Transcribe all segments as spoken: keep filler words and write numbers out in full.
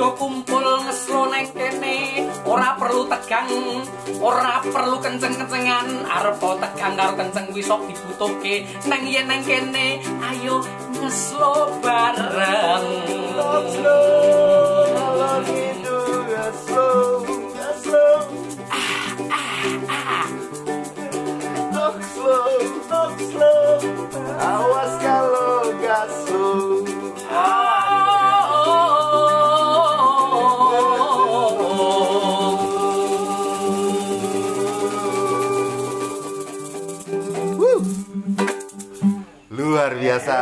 Podo kumpul ngeslo neng kene, ora perlu tegang, ora perlu kenceng-kencengan, arep tegang karo kenceng wis sok dibutuhke. Nang yen nang kene, ayo ngeslo bareng. Ngeslo, kalau gitu ngeslo, ngeslo. Ngeslo, ngeslo. Awas kalau gaslo. Luar biasa.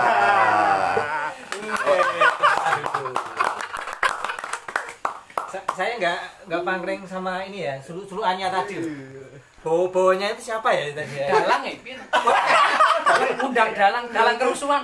Saya nggak nggak pangkring sama ini ya, sulu-suluannya tadi. Bawa-bawanya itu siapa ya tadi ya? Dalang ya, piye? Undang dalang, dalang kerusuhan.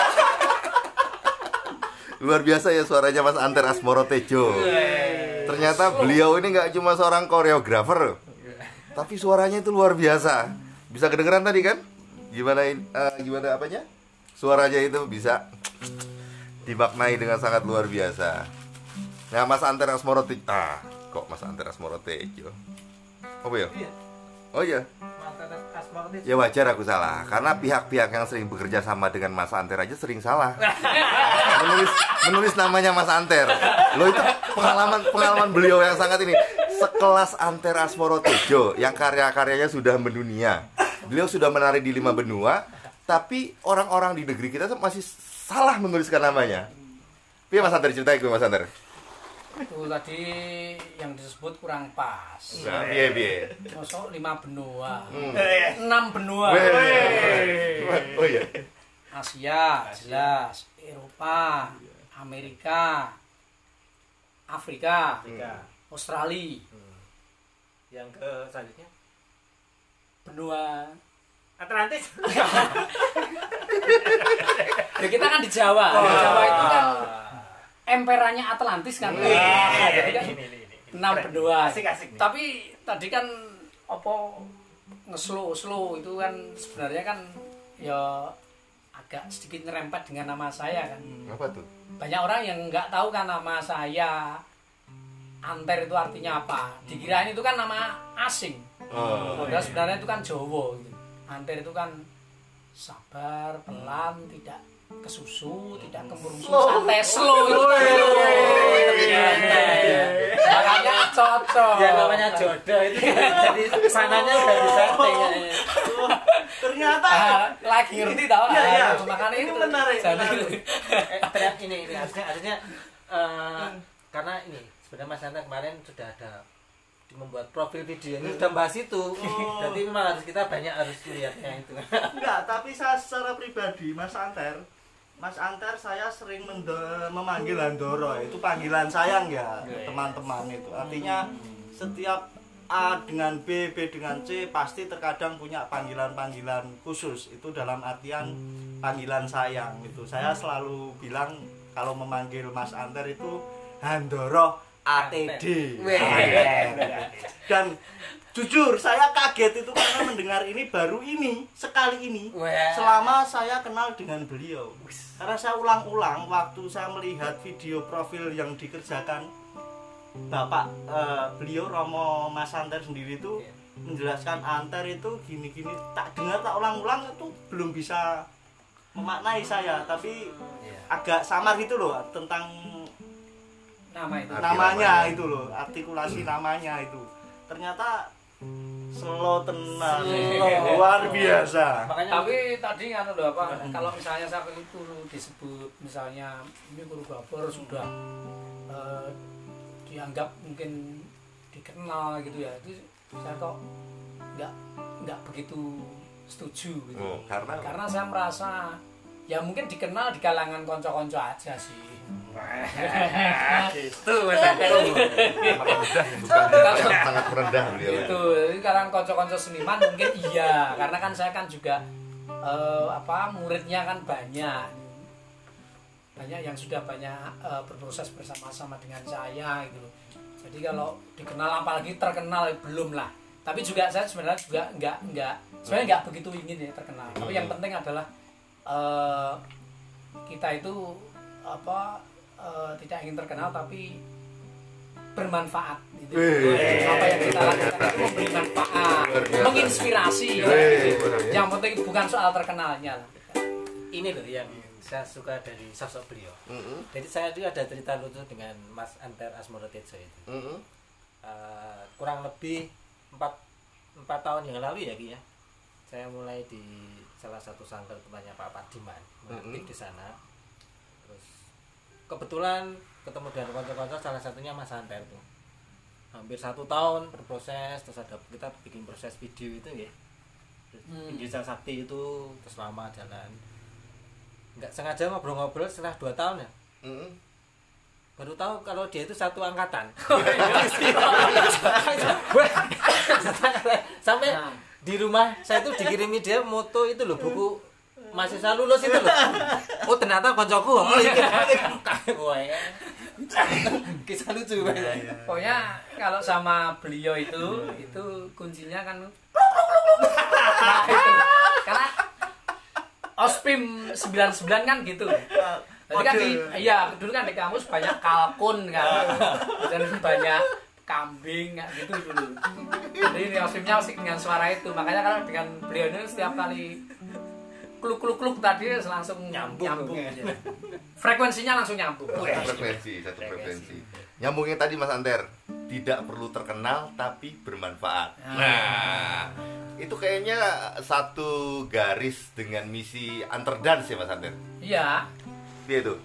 Luar biasa ya suaranya Mas Anter Asmoro Tejo. Ternyata beliau ini nggak cuma seorang koreografer, tapi suaranya itu luar biasa. Bisa kedengeran tadi kan? Gimana uh, gimana apanya? Suaranya itu bisa dimaknai dengan sangat luar biasa. Nah, Mas Anter Asmoro Tejo. Ah, kok Mas Anter Asmoro Tejo? Apa ya? Oh iya. Ya wajar aku salah, karena pihak-pihak yang sering bekerja sama dengan Mas Anter aja sering salah. Menulis menulis namanya Mas Anter. Loh, itu pengalaman pengalaman beliau yang sangat ini. Sekelas Anter Asmoro Tejo yang karya-karyanya sudah mendunia. Beliau sudah menari di lima benua, tapi orang-orang di negeri kita masih salah menuliskan namanya. Piye Mas Anter, ceritain gue Mas Anter. Itu tadi yang disebut kurang pas. Nah, piye piye. Mosok lima benua. Hmm. Enam benua. Weh. Oh iya. Asia, jelas, Eropa, Amerika, Afrika, Afrika. Australia. Hmm. Yang ke selanjutnya benua Atlantis. Ya kita kan di Jawa. Oh. Di Jawa itu kan emperanya Atlantis kan. Wah, Jadi kan ini, ini, ini. enam benua. Asik-asik nih. Tapi tadi kan apa ngeslow slow itu kan sebenarnya kan ya agak sedikit nyerempet dengan nama saya kan. Apa tuh? Banyak orang yang nggak tahu kan nama saya Anter itu artinya apa. Dikirain itu kan nama asing. Oh. Padahal sebenarnya itu kan Jawa gitu. Anter itu kan sabar, pelan, tidak kesusu, tidak kemurungsu, santai, slow itu. Makanya cocok. Ya namanya jodoh itu. Jadi kesananya udah disetting. Ternyata Ah, lagi ngerti tau. Iya, iya. Ah, makanya Ini itu menarik, Jadi, menarik. Eh, ternyata ini ini harusnya harusnya eh, karena ini sebenarnya Mas Anter kemarin sudah ada membuat profil video ini sudah bahas itu. Berarti memang harus kita banyak harus lihatnya itu. enggak, tapi saya secara pribadi Mas Anter Mas Anter saya sering mendo- memanggil Andoro, itu panggilan sayang ya teman-teman itu. Artinya setiap A dengan B, B dengan C pasti terkadang punya panggilan-panggilan khusus. Itu dalam artian panggilan sayang itu. Saya selalu bilang kalau memanggil Mas Anter itu Handoro A T D. Dan jujur saya kaget itu karena mendengar ini baru ini, sekali ini selama saya kenal dengan beliau. Karena saya ulang-ulang waktu saya melihat video profil yang dikerjakan Bapak eh, beliau Romo Mas Anter sendiri itu menjelaskan Anter itu gini-gini, tak dengar tak ulang-ulang itu belum bisa memaknai saya, tapi agak samar gitu loh tentang nama itu. namanya itu loh, artikulasi namanya itu. Ternyata slow tenan, luar biasa. Makanya Tapi tadi kan loh apa? Kalau misalnya saya itu disebut misalnya ini guru gabor sudah eh, dianggap mungkin dikenal gitu ya, itu saya kok nggak nggak begitu setuju gitu. Oh, karena Karena saya merasa ya mungkin dikenal di kalangan konco-konco aja sih. itu Mas Anter. sangat rendah, bukan sangat rendah beliau. Itu kalangan konco-konco seniman mungkin iya, karena kan saya kan juga eh, apa muridnya kan banyak. Banyak yang sudah banyak uh, berproses bersama-sama dengan saya gitu loh. Jadi kalau dikenal apalagi terkenal belum lah. Tapi juga saya sebenarnya juga enggak enggak sebenarnya enggak begitu ingin ya terkenal. Tapi yang penting adalah uh, kita itu apa uh, tidak ingin terkenal tapi bermanfaat gitu. Apa yang kita lakukan itu memberi manfaat, menginspirasi ya. Yang penting bukan soal terkenalnya lah. Ini loh yang saya suka dari sosok beliau. Mm-hmm. Jadi saya juga ada cerita lucu dengan Mas Anter Asmorotejo itu. Mm-hmm. uh, kurang lebih empat empat tahun yang lalu ya Ki ya. Saya mulai di salah satu sanggar temannya Pak Padiman, mengaktif mm-hmm. di sana. Terus kebetulan ketemu dengan konco-konco, salah satunya Mas Anter tuh. Hampir satu tahun berproses, terus ada kita bikin proses video itu ya. Hmm. Desa Sakti itu terus lama jalan. Nggak sengaja ngobrol-ngobrol setelah dua tahun ya. Mm-hmm. Baru tahu kalau dia itu satu angkatan. Sampai nah. di rumah saya itu dikirimi dia moto itu loh, buku mahasiswa lulus itu loh. Oh ternyata koncoku. Oh iya. Kisah lucu banget. Pokoknya kalau sama beliau itu itu kuncinya kan karena Ospim sembilan puluh sembilan kan gitu. Jadi kan di, iya dulu kan di kampus banyak kalkun kan, dan banyak kambing gitu dulu. Jadi di Ospimnya asik dengan suara itu, makanya kalau dengan beliau ini setiap kali kluk kluk kluk tadi langsung nyambung, nyambung aja. Frekuensinya langsung nyambung. Satu frekuensi, satu frekuensi. Nyambungnya tadi Mas Anter, tidak perlu terkenal tapi bermanfaat. Nah, itu kayaknya satu garis dengan misi Anterdance ya Mas Anter? Iya. Iya itu.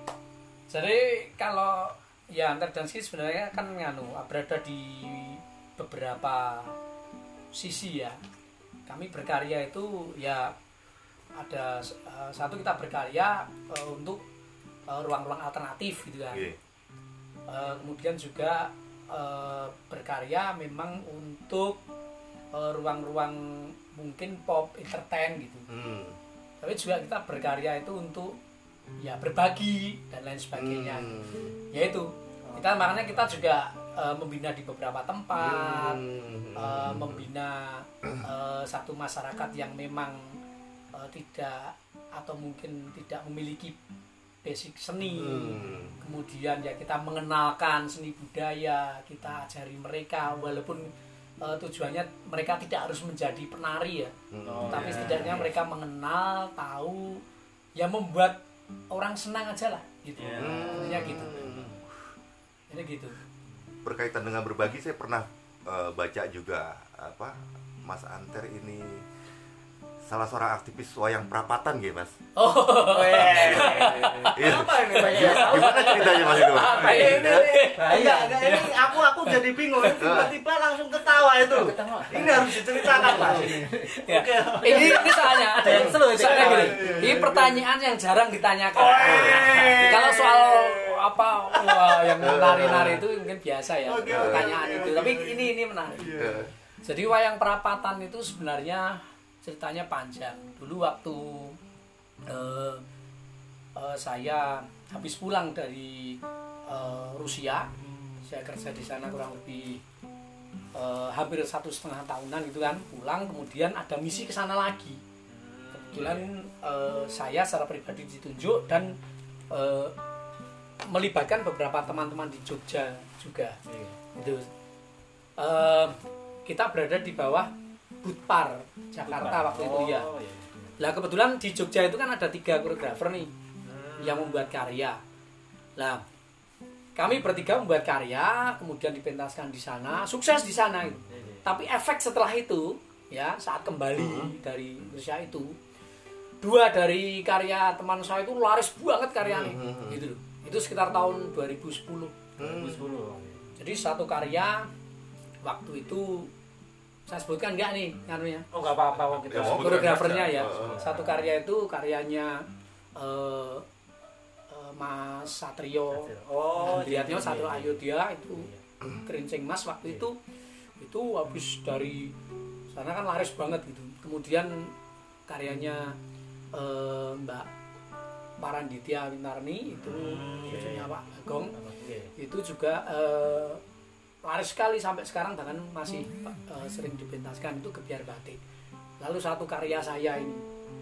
Jadi kalau ya Anterdance sebenarnya kan nganu berada di beberapa sisi ya. Kami berkarya itu ya ada uh, satu kita berkarya uh, untuk uh, ruang-ruang alternatif gitu kan. Okay. Uh, kemudian juga uh, berkarya memang untuk uh, ruang-ruang mungkin pop entertain gitu. Hmm. Tapi juga kita berkarya itu untuk ya berbagi dan lain sebagainya. Hmm. Yaitu kita makanya kita juga uh, membina di beberapa tempat, hmm. uh, membina uh, satu masyarakat yang memang uh, tidak atau mungkin tidak memiliki basic seni. Hmm. Kemudian ya kita mengenalkan seni budaya, kita ajari mereka walaupun uh, tujuannya mereka tidak harus menjadi penari ya. Oh, tapi yeah, setidaknya yeah. mereka mengenal, tahu, ya membuat orang senang aja lah gitu. Yeah. Intinya gitu. Jadi gitu. Berkaitan dengan berbagi, saya pernah uh, baca juga apa Mas Anter ini salah seorang aktivis wayang prapatan gitu Mas. Oh, iya. Apa ini? Gimana ceritanya Mas itu? Apa ini? Enggak, enggak ini aku aku jadi bingung. Tiba-tiba langsung ketawa itu. Ini harus diceritakan Mas. Ya. Ini ini soalnya ada yang seru soalnya gini. Ini pertanyaan yang jarang ditanyakan. Kalau soal apa wah yang nari-nari itu mungkin biasa ya pertanyaan itu. Tapi ini ini menarik. Jadi wayang prapatan itu sebenarnya ceritanya panjang. Dulu waktu uh, uh, saya habis pulang dari uh, Rusia, saya kerja di sana kurang lebih uh, hampir satu setengah tahunan gitu kan. Pulang kemudian ada misi ke sana lagi. Kebetulan uh, saya secara pribadi ditunjuk dan uh, melibatkan beberapa teman-teman di Jogja juga. Gitu. Uh, kita berada di bawah Budpar Jakarta Budpar. Waktu itu ya. Oh, iya. Lah kebetulan di Jogja itu kan ada tiga koreografer nih hmm. yang membuat karya. Lah kami bertiga membuat karya, kemudian dipentaskan di sana, sukses di sana gitu. Hmm. Tapi efek setelah itu ya saat kembali hmm. dari Rusia itu, dua dari karya teman saya itu laris banget karyanya, hmm. gitu loh. Itu sekitar tahun dua ribu sepuluh. Hmm. dua ribu sepuluh. Jadi satu karya waktu itu saya sebutkan enggak nih ngarunya? Oh enggak apa-apa kita. Ya, koreografernya ya. Satu karya itu karyanya uh, uh, Mas Satrio. Oh, Andriatnya Satrio Ayodhya itu Kerincing Mas waktu itu itu habis dari sana kan laris banget gitu. Kemudian karyanya uh, Mbak Paranditya Wintarni itu cucunya Pak Agong itu juga uh, laris sekali sampai sekarang bahkan masih uh, sering dipentaskan itu Gebyar Batik. Lalu satu karya saya ini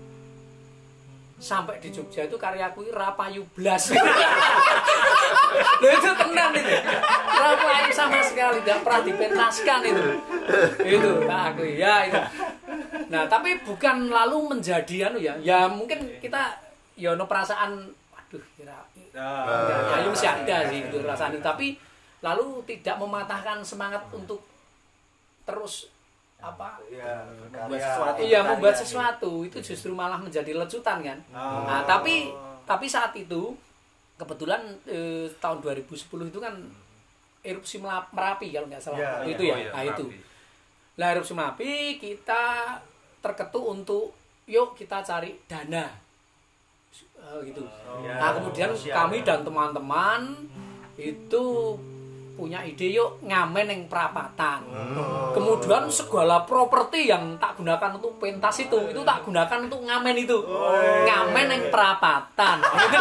sampai di Jogja itu karyaku Rapayu Blas. Loh itu tenang itu. Rafael sama sekali tidak pernah dipentaskan itu. Itu tak aku ya itu. Nah, tapi bukan lalu menjadi anu ya. Ya mungkin kita ya ono perasaan waduh kira ya, ya masih ada sih itu rasanya, tapi lalu tidak mematahkan semangat untuk terus apa ya, membuat sesuatu. Iya, membuat sesuatu itu justru malah menjadi lecutan kan. Oh. Nah, tapi tapi saat itu kebetulan eh, tahun dua ribu sepuluh itu kan erupsi Merapi kalau nggak salah. Ya, itu ya. ya. Nah, itu. Lah erupsi Merapi kita terketuk untuk yuk kita cari dana. Uh, gitu. Oh, ya. Nah, kemudian kami dan teman-teman itu punya ide yuk ngamen yang perapatan. Oh. Kemudian segala properti yang tak gunakan untuk pentas itu, itu tak gunakan untuk ngamen itu. Oh. Ngamen yang perapatan.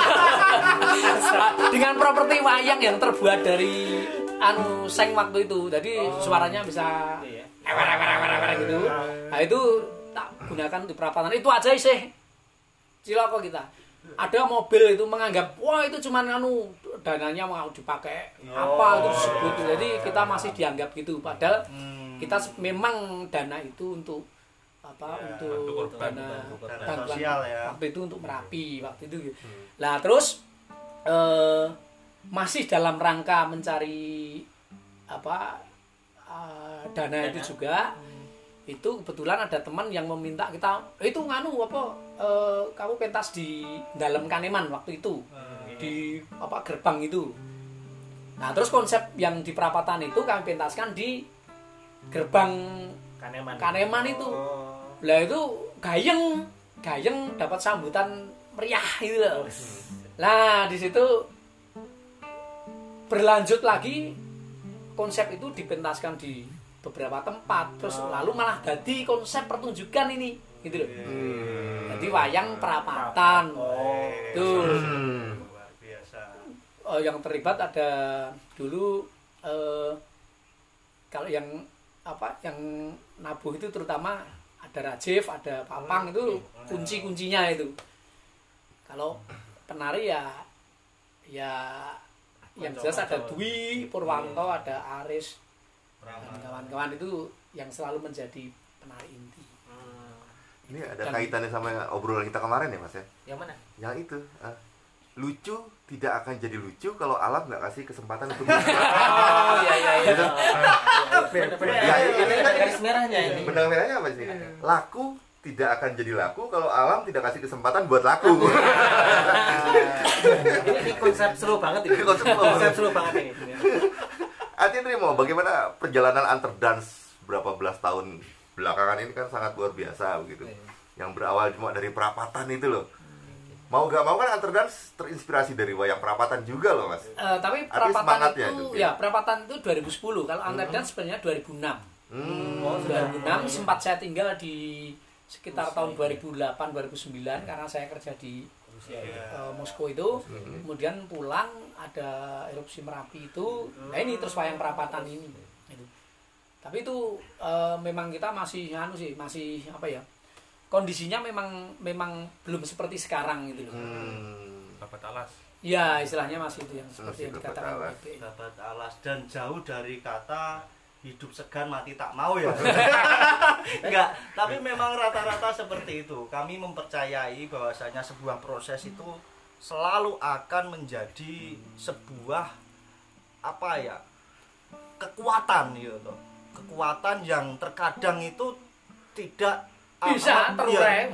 Dengan properti wayang yang terbuat dari anu seng waktu itu. Jadi oh. suaranya bisa ewer-ewer-ewer gitu. Nah, itu tak gunakan untuk perapatan. Itu aja sih. Ciloko kita. Ada mobil itu menganggap wah itu cuman anu dananya mau dipakai oh, apa itu disebut. Ya. Jadi kita masih dianggap gitu padahal hmm. kita memang dana itu untuk apa ya, untuk dana bantuan sosial ya. Waktu itu untuk Merapi waktu itu. Hmm. Nah, terus eh, masih dalam rangka mencari apa uh, dana, dana itu juga. Hmm. Itu kebetulan ada teman yang meminta kita itu nganu apa e, kamu pentas di dalam Kaneman waktu itu hmm. di apa gerbang itu. Nah, terus konsep yang di perapatan itu kami pentaskan di gerbang Kaneman, Kaneman itu. Lah itu gayeng gayeng dapat sambutan meriah gitu loh. Lah di situ berlanjut lagi konsep itu dipentaskan di beberapa tempat, terus oh. lalu malah jadi konsep pertunjukan ini gitu loh. Hmm. Jadi wayang perapatan. Oh. Tuh. Hmm. Luar biasa. Oh, yang terlibat ada dulu eh, kalau yang apa yang nabuh itu terutama ada Rajif, ada Papang, itu kunci-kuncinya itu. Kalau penari ya ya yang jelas ada Dwi Purwanto, ada Aris, dan kawan-kawan itu yang selalu menjadi penari inti. Hmm. Ini ada dan kaitannya sama obrolan kita kemarin ya Mas ya? Yang mana? Yang itu uh, lucu tidak akan jadi lucu kalau alam nggak kasih kesempatan untuk lucu. Oh iya iya iya. Ya ini kan garis merahnya ini. Benang merahnya apa sih? Laku tidak akan jadi laku kalau alam tidak kasih kesempatan buat laku. Ini, ini konsep seru banget ini. Konsep, konsep seru banget ini. Ati Trimo, bagaimana perjalanan antar dance berapa belas tahun belakangan ini kan sangat luar biasa begitu. Yang berawal cuma dari perapatan itu loh. Mau gak mau kan antar dance terinspirasi dari wayang perapatan juga loh Mas. Uh, tapi perapatan itu, itu ya perapatan itu dua ribu sepuluh. Kalau antar dance sebenarnya dua ribu enam. Hmm. Oh, dua ribu enam sempat saya tinggal di sekitar Rusia, tahun dua ribu delapan dua ribu sembilan karena saya kerja di Rusia, uh, Moskow itu. Hmm. Kemudian pulang ada erupsi Merapi itu, nah ini terus wayang perapatan ini. Itu. Tapi itu e, memang kita masih anu sih, masih apa ya? Kondisinya memang memang belum seperti sekarang gitu loh. Hmm. Dapat alas. Ya, istilahnya masih itu yang seperti yang dikatakan alas. Dapat alas dan jauh dari kata hidup segan mati tak mau ya. Enggak, tapi memang rata-rata seperti itu. Kami mempercayai bahwasanya sebuah proses itu selalu akan menjadi sebuah apa ya kekuatan gitu, kekuatan yang terkadang itu tidak bisa terurai,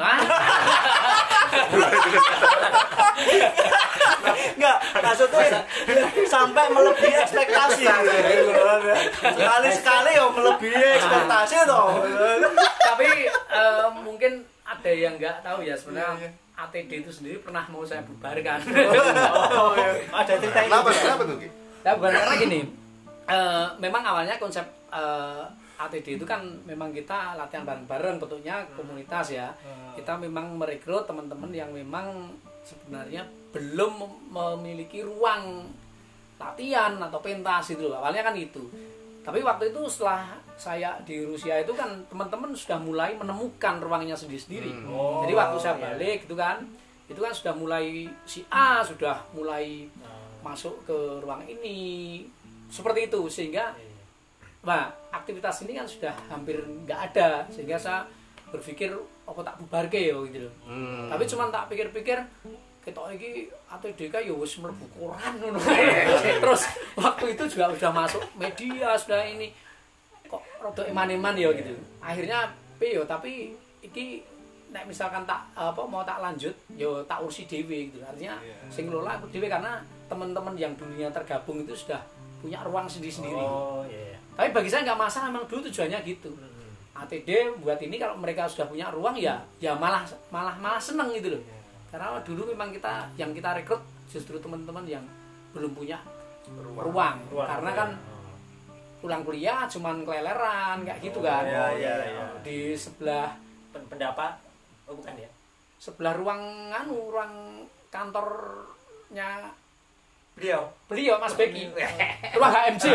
enggak maksudnya sampai melebihi ekspektasi. Sekali-sekali ya melebihi ekspektasi toh. Tapi uh, mungkin ada yang nggak tahu ya sebenarnya. A T D itu sendiri pernah mau saya bubarkan. Oh, ada cerita ini. Kenapa? Kenapa tuh? Nah, bukan karena gini. Uh, memang awalnya konsep uh, A T D itu kan memang kita latihan bareng-bareng, bentuknya komunitas ya. Kita memang merekrut teman-teman yang memang sebenarnya belum memiliki ruang latihan atau pentas itu. Awalnya kan itu. Tapi waktu itu setelah saya di Rusia itu kan teman-teman sudah mulai menemukan ruangnya sendiri-sendiri. Hmm. Oh, jadi waktu saya balik iya. itu kan, itu kan sudah mulai si A sudah mulai hmm. masuk ke ruang ini, seperti itu sehingga nah aktivitas ini kan sudah hampir nggak ada sehingga saya berpikir apa tak bubarke ya gitu loh. Hmm. Tapi cuman tak pikir-pikir ketok iki A T D K ya wis mlebu koran ngono. Terus waktu itu juga sudah masuk media sudah ini kok rada eman-eman ya gitu. Akhirnya pe yo tapi iki nek misalkan tak apa mau tak lanjut yo tak ursi dhewe gitu. Artinya yeah. sing ngelola aku dhewe karena teman-teman yang dulunya tergabung itu sudah punya ruang sendiri-sendiri. Oh iya. Yeah. Tapi bagi saya nggak masalah memang dulu tujuannya gitu. A T D buat ini kalau mereka sudah punya ruang ya ya malah malah malah seneng gitu loh. Karena dulu memang kita yang kita rekrut justru teman-teman yang belum punya ruang, ruang. ruang Karena kan pulang kuliah cuman keleleran kayak gitu kan. Iya, iya, iya. Di sebelah pendapat oh bukan ya. Sebelah ruang anu ruang kantornya beliau. Beliau Mas Beki. Ruang H M C.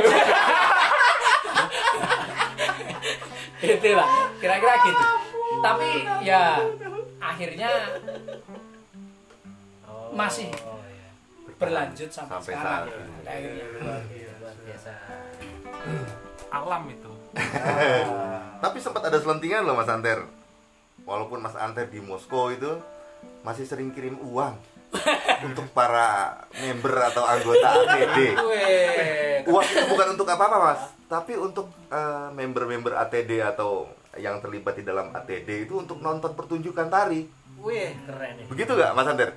Gitu lah, kira-kira gitu. Tapi ya akhirnya oh, masih oh, iya. berlanjut sampai, sampai sekarang. Ya. Akhirnya luar biasa. Alam itu. Tapi sempat ada selentingan loh Mas Anter. Walaupun Mas Anter di Moskow itu masih sering kirim uang untuk para member atau anggota A T D. Uang itu bukan untuk apa-apa Mas, tapi untuk uh, member-member A T D atau yang terlibat di dalam A T D itu untuk nonton pertunjukan tari. Wih, keren nih. Begitu gak Mas Anter?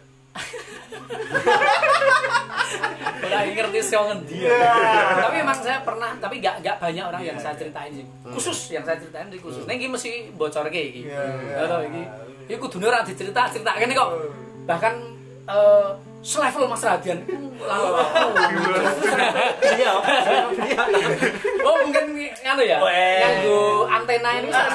Udah ngerti sih dia. Tapi emang saya pernah, tapi gak, gak banyak orang yang saya ceritain sih. Khusus yang saya ceritain sih khusus. Nih ini mesti bocor kayak gini. Atau ini, ini kudu ora dicerita cerita ini kok. Bahkan uh, selevel Mas Radian. Lalu dia, dia. Oh mungkin nganu ya, nganggo antena ini bisa.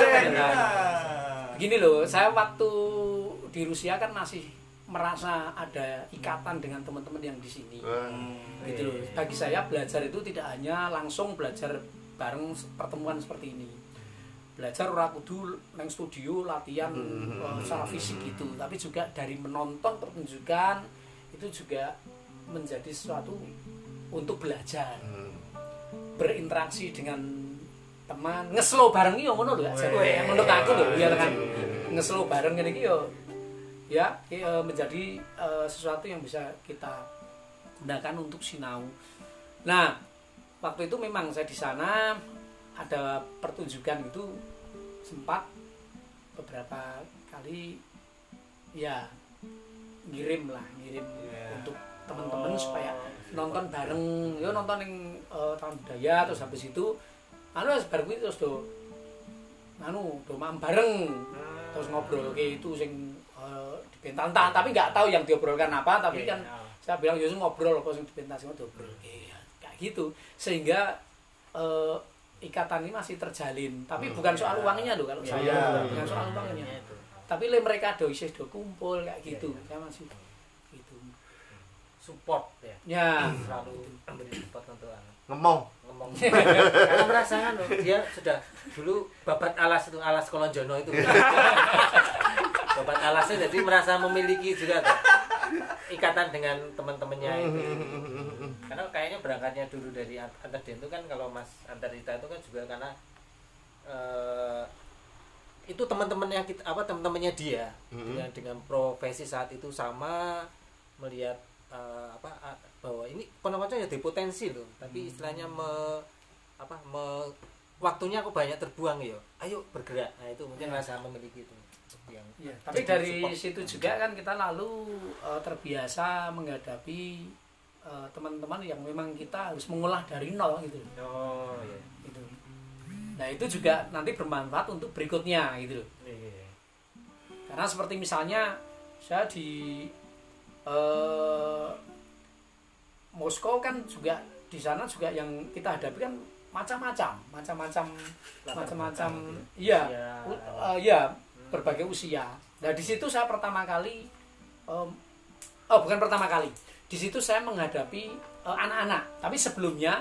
Begini loh, saya waktu di Rusia kan masih merasa ada ikatan dengan teman-teman yang di sini. Hmm. Gitu loh. Bagi saya belajar itu tidak hanya langsung belajar bareng pertemuan seperti ini. Belajar ora kudu nang studio latihan hmm. uh, secara fisik gitu, tapi juga dari menonton pertunjukan itu juga menjadi sesuatu untuk belajar. Hmm. Berinteraksi dengan teman, ngeslow bareng yo ngono lho, menurut aku lho, ya kan. Ngeslow bareng ngene iki yo ya menjadi uh, sesuatu yang bisa kita gunakan untuk sinau. Nah, waktu itu memang saya di sana ada pertunjukan itu sempat beberapa kali ya ngirim lah, ngirim yeah. untuk teman-teman oh. supaya nonton bareng, yo nonton yang uh, tahun budaya terus habis itu anu bareng itu terus do anu do maem bareng terus ngobrol kayak itu sing dipentas, tapi nggak tahu yang diobrolkan apa, tapi okay, kan no. saya bilang Yusuf ngobrol apa yang dipentas itu ngobrol kayak kayak gitu, sehingga uh, ikatan ini masih terjalin, tapi hmm, bukan soal uangnya loh kalau yeah, saya, yeah, bukan soal yeah, uangnya, yeah, yeah, tapi le mereka do isih do kumpul kayak gitu, yeah, yeah. saya masih gitu, support ya, ya selalu memberi support untuk anak, ngomong, ngomong, karena merasakan loh dia sudah dulu babat alas itu alas Kolonjono itu. Babat alasnya jadi merasa memiliki juga tuh, ikatan dengan teman-temannya itu. Karena kayaknya berangkatnya dulu dari Antar itu kan kalau Mas Antarita itu kan juga karena uh, itu teman-temannya kita apa teman-temannya dia mm-hmm. dengan dengan profesi saat itu sama melihat uh, apa bahwa ini konon-konon ya potensi loh, tapi istilahnya me, apa me, waktunya aku banyak terbuang ya. Ayo bergerak. Nah itu mungkin rasa memiliki itu. Yang ya, tapi dari support. Situ juga kan kita lalu uh, terbiasa menghadapi uh, teman-teman yang memang kita harus mengolah dari nol gitu. Oh iya. Gitu. Nah itu juga nanti bermanfaat untuk berikutnya gitu. Iya. Karena seperti misalnya saya di uh, Moskow kan juga di sana juga yang kita hadapi kan macam-macam, macam-macam, macam-macam, iya, uh, iya. berbagai usia. Nah di situ saya pertama kali, um, oh bukan pertama kali, di situ saya menghadapi uh, anak-anak. Tapi sebelumnya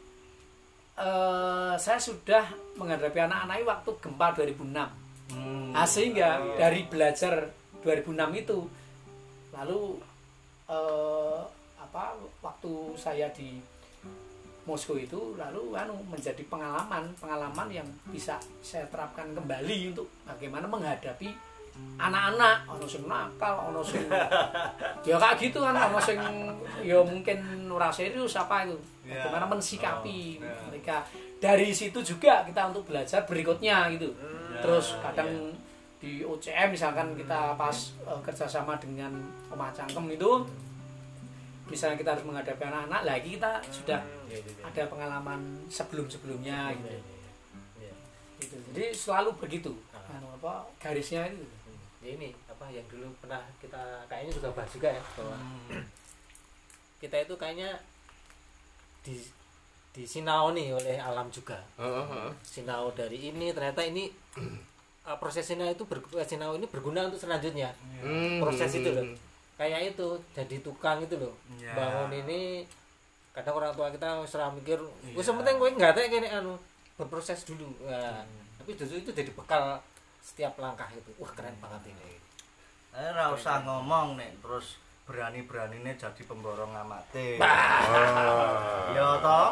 uh, saya sudah menghadapi anak-anak waktu gempa dua ribu enam. Hmm. Nah, sehingga oh, iya. dari belajar dua ribu enam itu, lalu uh, apa waktu saya di Moskow itu lalu anu menjadi pengalaman pengalaman yang bisa saya terapkan kembali untuk bagaimana menghadapi anak-anak, ono sing nakal, ono sing ya kayak gitu kan, ono sing ya mungkin ora serius apa itu, bagaimana mensikapi mereka. Dari situ juga kita untuk belajar berikutnya gitu. Terus kadang di O C M misalkan kita pas uh, kerjasama dengan Oma Cangkem itu, misalnya kita harus menghadapi anak-anak, lagi kita sudah ada pengalaman sebelum-sebelumnya gitu. Gitu. Jadi selalu begitu, anu apa garisnya itu. Ya ini apa yang dulu pernah kita kayaknya juga bahas juga ya, bahwa kita itu kayaknya di di sinau nih oleh alam juga. Uh-huh. Sinau dari ini ternyata ini uh, proses sinau itu ber, sinau ini berguna untuk selanjutnya. Hmm. Proses itu loh. Kayak itu jadi tukang itu loh. Yeah. Bangun ini kadang orang tua kita serah mikir, wis yeah. penting kowe enggak teh kene anu berproses dulu. Nah, hmm. tapi justru itu jadi bekal setiap langkah itu. Wah, keren banget ini. Eh ora usah ngomong nek terus berani-beranine jadi pemborong amate. Oh. Ya toh?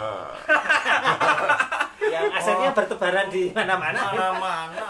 Yang asalnya oh. bertebaran di mana-mana. Mana-mana.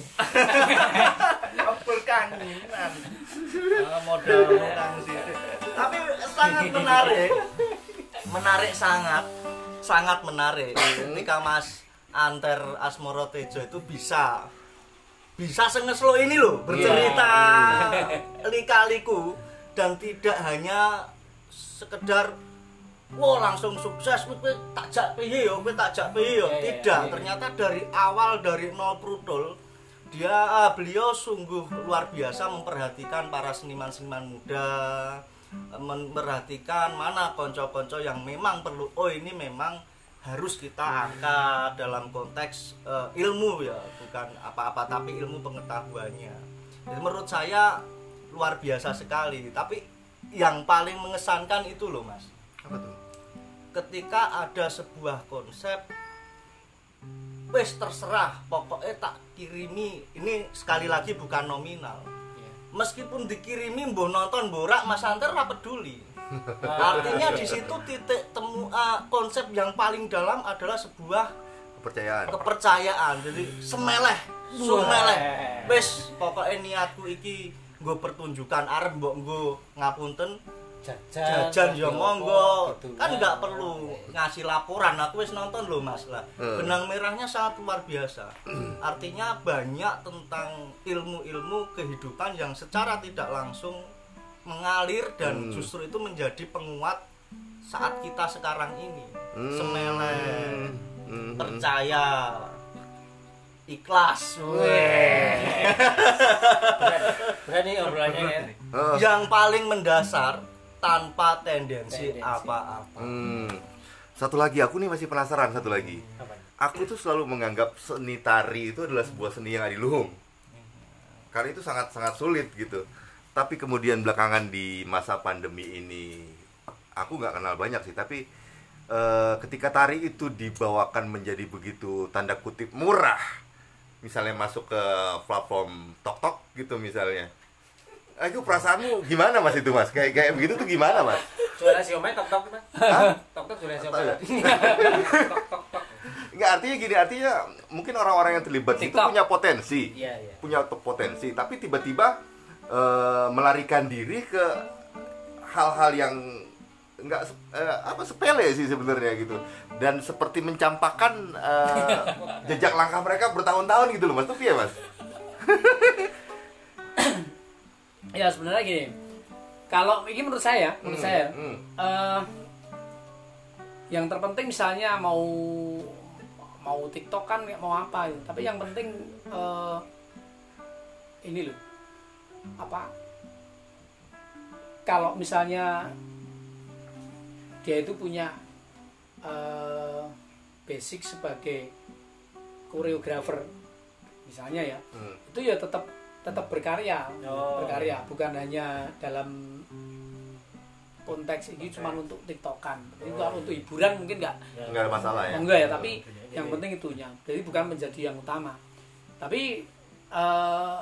Berkanginan. Nah, modal orang sih. Tapi sangat menarik. Menarik sangat. Sangat menarik ketika Mas Anter Asmorotejo itu bisa bisa sengeslo ini loh bercerita yeah. lika-liku dan tidak hanya sekedar wah langsung sukses kowe takjak piye yo kowe takjak piye yo tidak, ternyata dari awal dari nol prudol dia beliau sungguh luar biasa memperhatikan para seniman-seniman muda, memperhatikan mana konco-konco yang memang perlu, oh ini memang harus kita angkat dalam konteks uh, ilmu ya, bukan apa-apa tapi ilmu pengetahuannya. Jadi menurut saya luar biasa sekali. Tapi yang paling mengesankan itu loh Mas. Apa tuh? Ketika ada sebuah konsep, wes terserah, pokoknya tak kirimi. Ini sekali lagi bukan nominal. Meskipun dikirimi mbok nonton borak Mas Anter ora peduli. Artinya di situ titik temu uh, konsep yang paling dalam adalah sebuah kepercayaan. Kepercayaan. Jadi semeleh, sumeleh. Wis pokoke niatku iki nggo pertunjukan arep mbok nggo ngapunten jajan, jajan ya monggo. Gitu. Kan enggak perlu ngasih laporan, aku wis nonton lho Mas lah. Hmm. Benang merahnya sangat luar biasa. Artinya banyak tentang ilmu-ilmu kehidupan yang secara tidak langsung mengalir dan hmm. justru itu menjadi penguat saat kita sekarang ini. Hmm. Semeleh, hmm. percaya, ikhlas. Berani obrolannya ya. Yang paling mendasar tanpa tendensi, tendensi. apa-apa. Hmm. Satu lagi, aku nih masih penasaran satu lagi. Apa? Aku tuh selalu menganggap seni tari itu adalah sebuah seni yang adiluhung. Karena itu sangat-sangat sulit gitu. Tapi kemudian belakangan di masa pandemi ini, aku nggak kenal banyak sih. Tapi uh, ketika tari itu dibawakan menjadi begitu tanda kutip murah, misalnya masuk ke platform TokTok gitu misalnya, aku perasaanmu gimana Mas itu Mas? Kayak kayak begitu tuh gimana Mas? Jualan siomay TokTok Mas? TokTok jualan siomay. Enggak, artinya gini, artinya mungkin orang-orang yang terlibat TikTok itu punya potensi, yeah, yeah. punya potensi, tapi tiba-tiba uh, melarikan diri ke hal-hal yang enggak uh, apa sepele sih sebenarnya gitu, dan seperti mencampakkan uh, jejak langkah mereka bertahun-tahun gitu loh Mas. Tuh ya Mas? Ya sebenarnya gini, kalau ini menurut saya, menurut hmm, saya, hmm. Uh, yang terpenting misalnya mau mau TikTok kan mau apa gitu, tapi yang penting uh, ini loh, apa? Kalau misalnya dia itu punya uh, basic sebagai koreografer, misalnya ya, hmm. itu ya tetap tetap berkarya, oh. berkarya, bukan hanya dalam konteks ini okay. cuma untuk TikTokan. Itu kalau untuk hiburan mungkin nggak nggak ada masalah ya. Enggak ya, tapi oh, yang penting itunya. Jadi bukan menjadi yang utama. Tapi uh,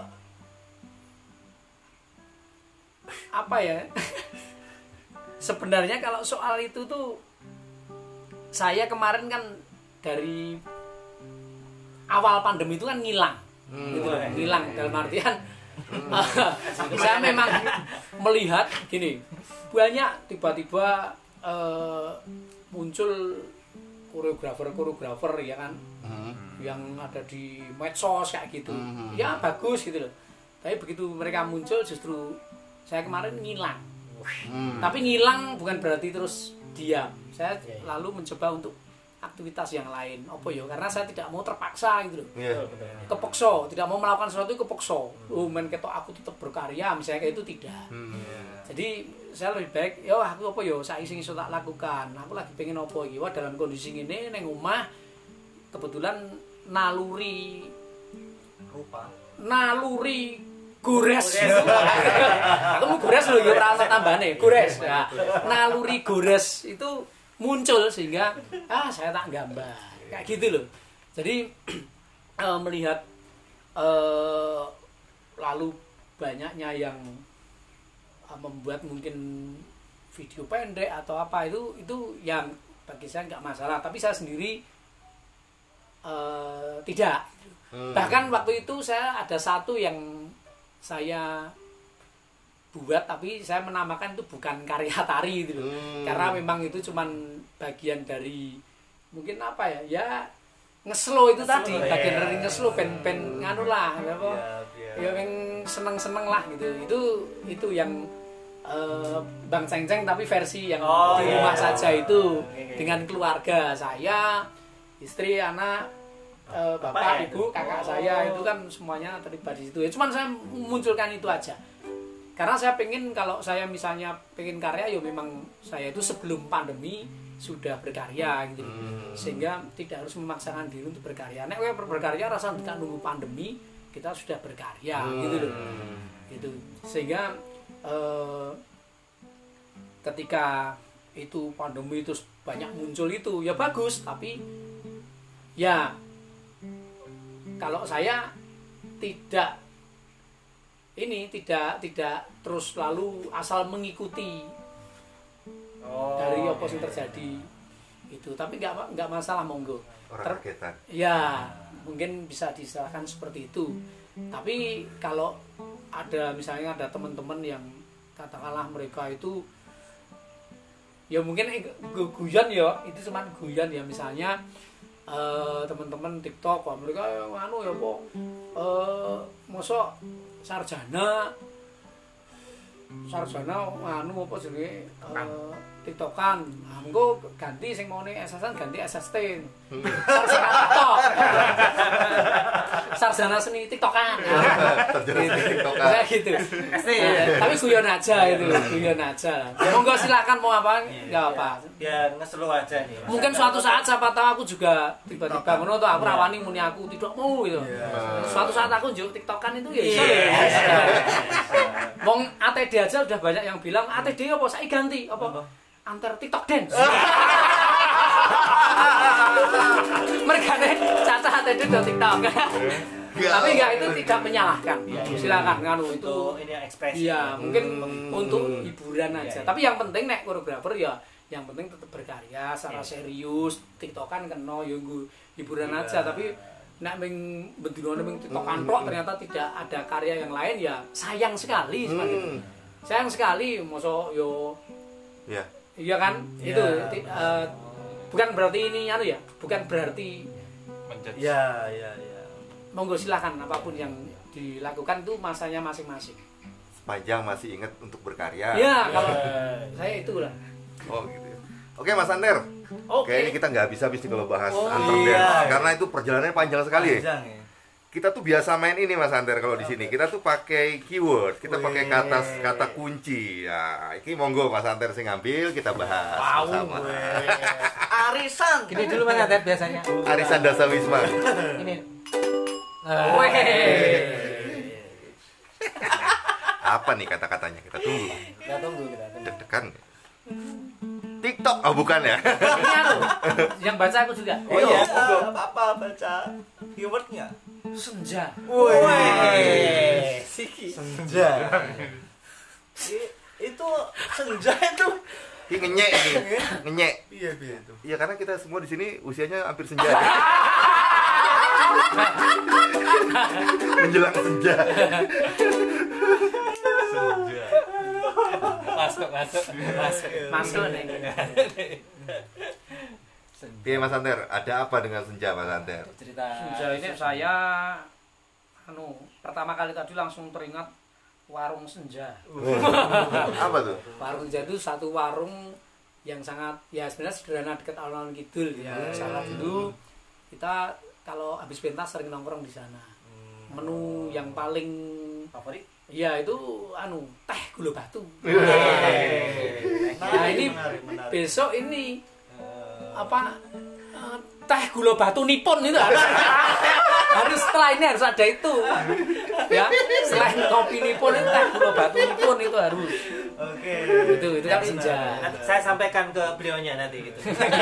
apa ya? Sebenarnya kalau soal itu tuh saya kemarin kan dari awal pandemi itu kan ngilang, hmm. gitu loh, ngilang dalam artian hmm. saya memang melihat gini, banyak tiba-tiba uh, muncul koreografer-koreografer ya kan, hmm. yang ada di medsos kayak gitu, hmm. ya bagus gitu loh. Tapi begitu mereka muncul justru saya kemarin ngilang. Hmm. Tapi ngilang bukan berarti terus diam. Saya yeah, yeah. lalu mencoba untuk aktivitas yang lain. Apa ya? Karena saya tidak mau terpaksa gitu loh. Yeah. Kepeksa, tidak mau melakukan sesuatu kepeksa. Hmm. Oh, men ketok aku tetap berkarya, misalnya kayak itu tidak. Hmm. Yeah. Jadi saya lebih baik, ya aku apa ya, saya sing iso tak lakukan. Aku lagi pengen apa iki? Wah, dalam kondisi ngene ning omah kebetulan naluri rupa. Naluri gores. Aku mau gores lho ya ora ana tambane, gores. Nah, naluri gores itu muncul sehingga ah saya tak gambar. Kayak gitu loh. Jadi uh, melihat uh, lalu banyaknya yang membuat mungkin video pendek atau apa itu itu yang bagi saya nggak masalah, tapi saya sendiri uh, tidak. Hmm. Bahkan waktu itu saya ada satu yang saya buat tapi saya menamakan itu bukan karya tari gitu loh. Hmm. Karena memang itu cuman bagian dari mungkin apa ya? Ya ngeslow itu ngeslow, tadi, ya. Bagian dari ngeslow pen-pen nganu lah, apa? Ya, ya yang seneng-seneng lah gitu. Itu itu yang Uh, Bang Ceng-Ceng tapi versi yang oh, di rumah yeah. saja itu okay, okay. dengan keluarga saya, istri, anak, uh, bapak, Bapak ya, ibu, itu? kakak oh. saya itu kan semuanya terlibat di situ. Ya cuman saya munculkan itu aja. Karena saya pengen kalau saya misalnya pengen karya ya memang saya itu sebelum pandemi sudah berkarya gitu. Hmm. Sehingga tidak harus memaksakan diri untuk berkarya. Nek kowe berkarya rasa tidak nunggu pandemi, kita sudah berkarya hmm. gitu loh. Gitu. Sehingga Uh, ketika itu pandemi itu banyak muncul itu ya bagus, tapi ya kalau saya tidak ini tidak tidak terus lalu asal mengikuti oh, dari apa yang terjadi itu, tapi nggak nggak masalah, monggo. Orang kagetan. Ya mungkin bisa disalahkan seperti itu, tapi kalau ada misalnya ada teman-teman yang katakanlah mereka itu ya mungkin guyon ya, itu cuma guyon ya, misalnya uh, teman-teman TikTok wah mereka anu ya po uh, mosok sarjana sarjana anu apa jenenge uh, TikTokan, anggo ganti sing maune S S N ganti S S T. Sarjana TikTok. Sarjana seni TikTokan. Sarjana TikTokan. Kayak gitu. Tapi guyon aja itu, guyon aja. Monggo silakan mau apa enggak apa. Ya ngeselo aja nih. Mungkin suatu saat siapa tahu aku juga tiba-tiba ngono to, aku rawani muni aku tidak mau gitu. Suatu saat aku njuk TikTokan itu ya iso. Wong A T D aja udah banyak yang bilang A T D apa saiki ganti apa? Antar TikTok dance. Mereka nih caca H T D do TikTok. Tapi enggak, itu tidak menyalahkan. Silakan nganu itu ini ekspresi. Iya, mungkin hmm. untuk hiburan aja. Ya, ya. Tapi yang penting nek koreografer ya yang penting tetap berkarya secara ya. serius. TikTokan kena yo hiburan ya. aja, tapi nek ming bendino ming TikTokan tok ternyata tidak ada karya yang lain ya sayang sekali seperti itu. Hmm. Sayang sekali mosok yo ya. Iya kan, ya. Itu uh, bukan berarti ini anu ya, bukan berarti menjadi. Ya, ya, ya. Monggo silakan apapun yang dilakukan itu masanya masing-masing. Sepanjang masih ingat untuk berkarya. Ya, kalau saya itulah. Oh gitu. Oke Mas Ander. Oke. Kayaknya kita nggak bisa habis kalau bahas oh, antar iya. dance karena itu perjalanannya panjang sekali. Panjang, ya. Kita tuh biasa main ini Mas Ander kalau di sini. Kita tuh pakai keyword, kita pakai kata kata kunci. Ya, ini monggo Mas Ander sing ngambil, kita bahas wow, sama. Arisan. Gini dulu Mas Ander biasanya. Arisan Dasa Wisma. Ini. Uh, Apa nih kata-katanya? Kita tunggu. Kita tunggu, kita tunggu. Deg-degan. TikTok, oh bukan ya? Yang baca aku juga. Oh iya, apa-apa baca keywordnya. Senja. Woi, Siki. Senja. I, itu senja itu Ini ngenyek ini. Ngenyek. Iya, iya itu. Iya, karena kita semua di sini usianya hampir senja. Menjelang senja. Senja. Masuk, masuk, masuk. Masuk nih. Iya, Mas Anter, ada apa dengan senja, Mas Anter? Cerita Senja ini saya anu pertama kali tadi langsung teringat warung senja. Apa tuh? Warung senja itu satu warung yang sangat ya sebenarnya sederhana dekat alun-alun kidul ya. Salah dulu kita kalau habis pentas sering nongkrong di sana. Menu yang paling favorit? ya itu anu teh gula batu. Nah, Nah ini menarik, menarik. besok ini apa eh, teh gula batu nipon itu harus harus setelah ini harus ada itu ya selain kopi nipon itu teh gula batu nipon itu harus Oke. itu itu kan senja. Nanti saya sampaikan ke beliaunya nanti gitu.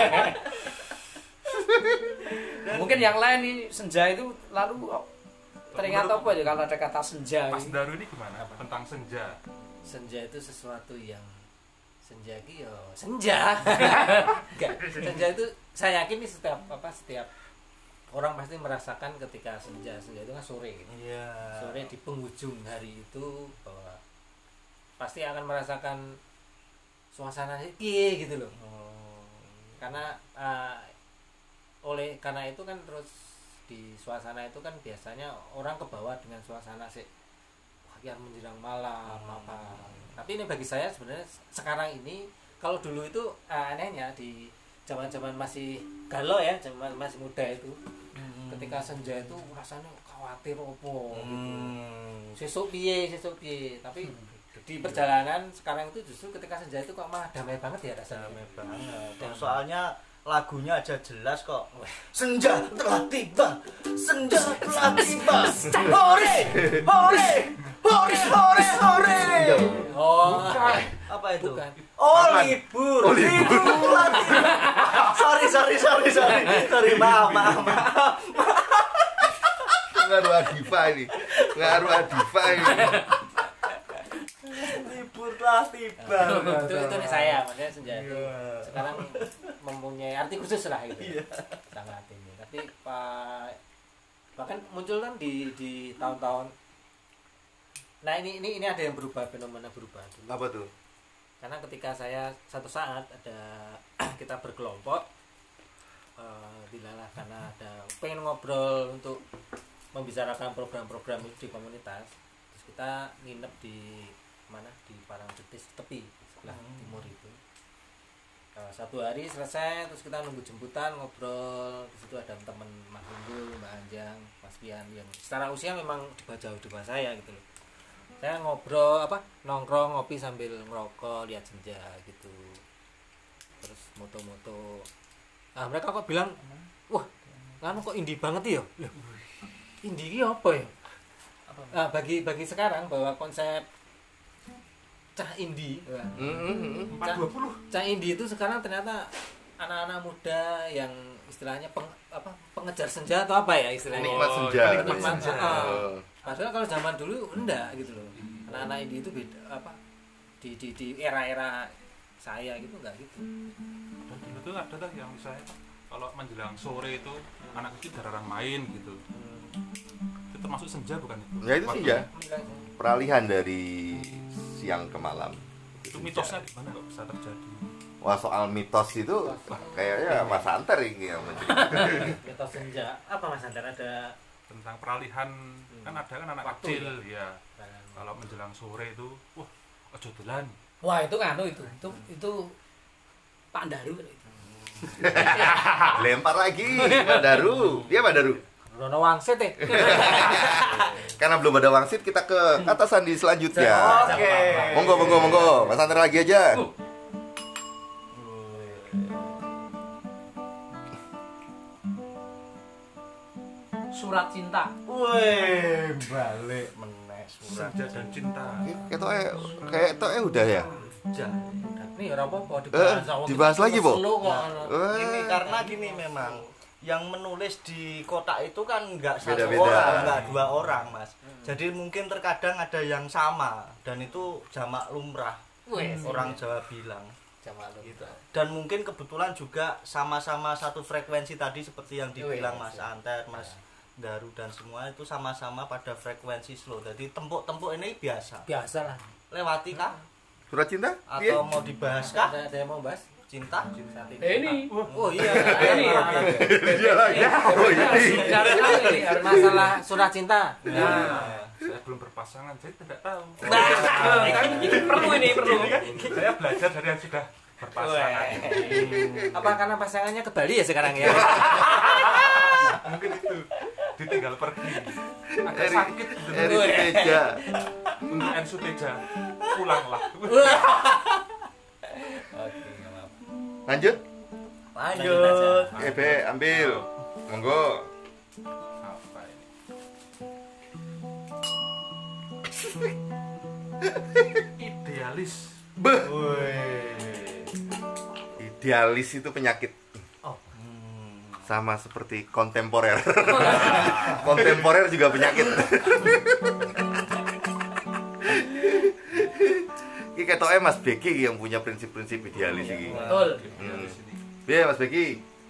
Mungkin yang lain nih senja itu lalu oh, teringat apa aja kalau ada kata senja Mas ini? Daru ini gimana tentang senja? Senja itu sesuatu yang senja ki yo senja. Enggak, senja itu saya yakin nih setiap apa setiap orang pasti merasakan ketika senja. Senja itu kan sore gitu. Iya. Sore di penghujung hari itu bahwa pasti akan merasakan suasana piye gitu loh. Karena uh, oleh karena itu kan terus di suasana itu kan biasanya orang ke bawah dengan suasana sih yang menjelang malam hmm. apa. Tapi ini bagi saya sebenarnya sekarang ini kalau dulu itu uh, anehnya di zaman-zaman masih galau ya, zaman masih muda itu. Hmm. Ketika senja itu rasanya khawatir opo Hmm. gitu. Sesuk piye, sesuk piye. Tapi hmm. di perjalanan sekarang itu justru ketika senja itu kok malah damai banget ya rasanya. Damai banget. Dan soalnya lagunya aja jelas kok. Senja telah tiba, senja telah tiba. Hore, hore, hore, hore, hore. Oh, Apa itu? bukan. Oh, Paman. libur. Oh, libur. Libur telah tiba. Sorry, sorry, sorry, sorry. Sorry, maaf, maaf, maaf. Ngaruh Adifa ini. Ngaruh Adifa ini. Libur telah tiba. itu itu nih saya maksudnya senja itu Iya. sekarang mempunyai arti khusus lah gitu. Iya. Sangat ini. Tapi pak bahkan muncul kan di di tahun-tahun. Nah ini ini ini ada yang berubah, fenomena berubah dulu. Apa tuh? Karena ketika saya satu saat ada kita berkelompok uh, dilalah karena ada pengen ngobrol untuk membicarakan program-program di komunitas, terus kita nginep di mana di Parangtritis tepi sebelah hmm. timur itu. Uh, satu hari selesai terus kita nunggu jemputan ngobrol. Di situ ada teman Mas Unggul, Mbak Anjang, Mas Pian yang secara usia memang di bawah jauh di bawah saya gitu loh. Saya ngobrol apa nongkrong ngopi sambil ngerokok lihat senja gitu, terus moto-moto. Nah mereka kok bilang wah kan kok indie banget ya. Indie ini apa ya? Nah, bagi bagi sekarang bahwa konsep cah indie Mm-hmm. empat dua puluh cah indie itu sekarang ternyata anak-anak muda yang istilahnya peng, apa pengejar senja atau apa ya istilahnya. Penikmat senja. Oh, Penikmat senja. Oh. Padahal kalau zaman dulu enggak gitu loh. Anak-anak indie itu beda apa di di di era-era saya gitu enggak gitu. dan dulu tuh ada tuh yang misalnya kalau menjelang sore itu anak kecil jarang main gitu. Itu termasuk senja bukan itu? Ya itu Waktu- senja. Peralihan dari siang ke malam. Itu mitosnya di mana kok bisa terjadi? Wah, soal mitos itu kayaknya Mas Anter ini yang menceritakan. Mitos senja. Apa Mas Andar ada Tentang peralihan kan ada kan anak Waktu kecil ya. Kalau menjelang sore itu, wah, ojo dolan. Wah itu kan itu itu itu Pak Daru kan itu. Lempar lagi Pak Daru. Dia Pak Daru. Rono Wangsit ya? Karena belum ada wangsit, kita ke kata sandi selanjutnya. Oke. Monggo, monggo, monggo. Mas Anter lagi aja. Surat cinta. Wih, balik meneh surat. Senja dan cinta. Ketoknya kayak ketoknya udah ya. Nih ora apa-apa Eh, dibahas sama dibahas kita lagi, Po? selo kok. Eh, Ini karena gini memang yang menulis di kotak itu kan nggak satu Beda-beda. orang, nggak dua orang, Mas. Jadi mungkin terkadang ada yang sama dan itu jamak lumrah. Wes. Orang Jawa bilang. gitu. Dan mungkin kebetulan juga sama-sama satu frekuensi tadi seperti yang dibilang Mas Anter, Mas Daru dan semua itu sama-sama pada frekuensi slow. Jadi tempuk-tempuk ini biasa. Biasa lah. Lewati kah? Surat cinta? Atau Iya. mau dibahas kah? Ada, ada yang mau bahas? Cinta? Eh, ini Oh iya. ini Dia lagi. Oh ini. Masalah surat cinta. nah Saya belum berpasangan, saya tidak tahu. ini perlu ini perlu Saya belajar dari yang sudah berpasangan. Apa karena pasangannya ke Bali ya sekarang ya? Mungkin itu ditinggal pergi. Agak Eri- sakit gitu. Eri Teja. Untuk Ensu Teja, pulanglah. Lanjut. Lanjut. E B ambil. Monggo. Apa ini? Idealis. Beh. Woi. Idealis itu penyakit. Oh. Sama seperti kontemporer. Kontemporer juga penyakit. Ini ketoknya Mas Beki yang punya prinsip-prinsip idealis ini. betul Idealis ini. Iya Mas Beki.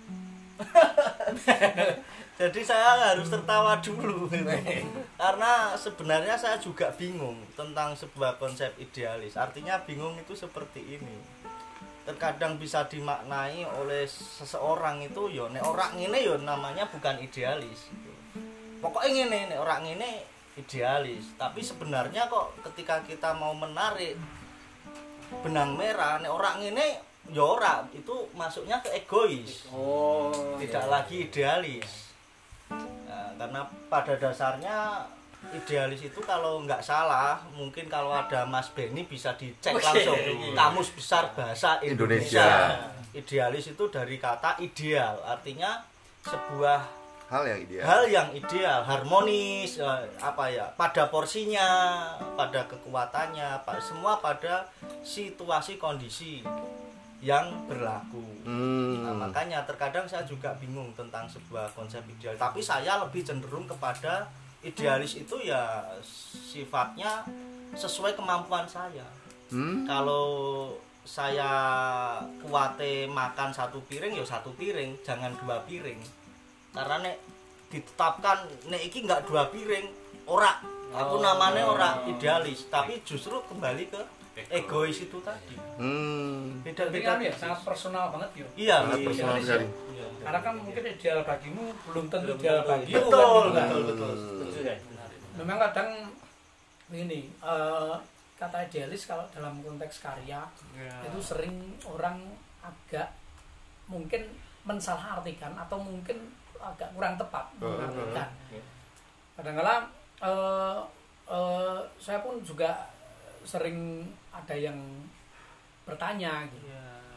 Jadi saya harus tertawa dulu gitu. Karena sebenarnya saya juga bingung tentang sebuah konsep idealis. Artinya bingung itu seperti ini. Terkadang bisa dimaknai oleh seseorang itu yo nek ora ngene yo namanya bukan idealis gitu. Pokoknya ngene nek ora ngene idealis, tapi sebenarnya kok ketika kita mau menarik benang merah nek ora ngene yo ora, itu masuknya ke egois. Oh, Tidak lagi idealis. Nah, karena pada dasarnya idealis itu kalau nggak salah mungkin kalau ada Mas Benny bisa dicek langsung Kamus Besar Bahasa Indonesia. Indonesia. Idealis itu dari kata ideal, artinya sebuah Hal yang ideal. hal yang ideal, harmonis, eh, apa ya, pada porsinya, pada kekuatannya, pa- semua pada situasi kondisi yang berlaku. Hmm. Nah, makanya terkadang saya juga bingung tentang sebuah konsep ideal. Tapi saya lebih cenderung kepada idealis itu ya sifatnya sesuai kemampuan saya. Hmm. Kalau saya kuate makan satu piring ya satu piring, jangan dua piring. Karena nek ditetapkan nek iki nggak dua piring, ora. Aku namanya ora idealis, tapi justru kembali ke egois itu tadi. Hmm. Berarti Beda-beda kan ya sangat personal banget yo. Iya, Sangat iya. personal Idealis sekali. ya. Karena kan mungkin ideal bagimu belum tentu ideal bagimu. Betul, kan, betul, gitu. betul. Setuju ya? Memang kadang ini eh, kata idealis kalau dalam konteks karya itu sering orang agak mungkin mensalahartikan atau mungkin agak kurang tepat mengartikan. Kadang-kadang eh, eh, saya pun juga sering ada yang bertanya gitu.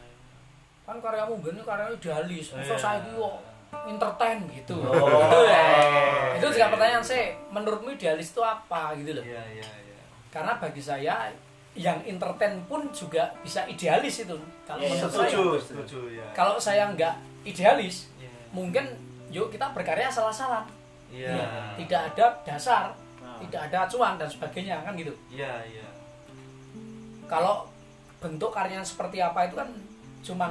Kan karyamu gini karya idealis, masa saya itu kok entertain gitu. Itu ya. Itu juga pertanyaan saya, menurutmu idealis itu apa gitu loh. Iya, iya, iya. Karena bagi saya yang entertain pun juga bisa idealis itu. Kalau menurut saya, Setuju, setuju ya. kalau saya nggak idealis, Iya. mungkin yuk kita berkarya salah-salah. Iya. Tidak ada dasar, tidak ada acuan dan sebagainya kan gitu. Iya, iya. Kalau bentuk karyanya seperti apa itu kan cuman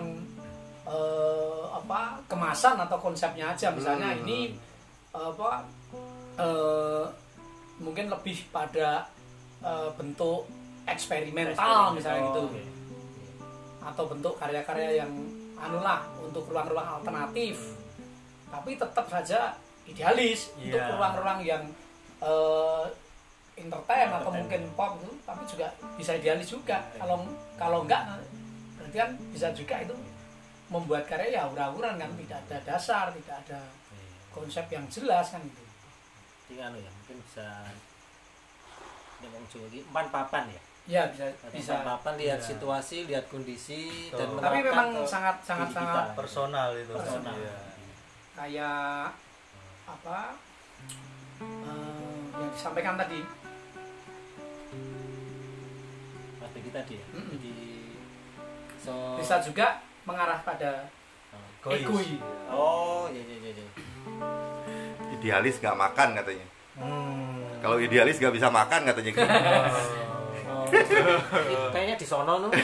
eh, apa kemasan atau konsepnya aja. Misalnya Hmm. ini apa eh, mungkin lebih pada eh, bentuk eksperimental misalnya gitu, atau bentuk karya-karya yang anulah untuk ruang-ruang alternatif, tapi tetap saja idealis untuk Iya. ruang-ruang yang eh, entertain atau mungkin pop itu, tapi juga bisa idealis juga. Kalau kalau enggak berarti kan bisa juga itu membuat karya ya ura-uran kan, tidak ada dasar, tidak ada konsep yang jelas kan gitu. Jadi anu ya, mungkin bisa ngomong Jawa iki empan papan ya. Ya bisa bisa. Empan papan lihat situasi, lihat kondisi dan Betul. Tapi menerapkan memang ke sangat sangat diri sangat kita. Personal itu. Personal. Iya. kayak apa eh, yang disampaikan tadi. Mas Begi tadi ya. Mm-mm. Jadi so Bisa juga mengarah pada Egois. egois. Oh, iya iya iya. iya. Idealis nggak makan katanya. Hmm. Kalau idealis nggak bisa makan katanya. Gitu. Oh, Kayaknya di sono no.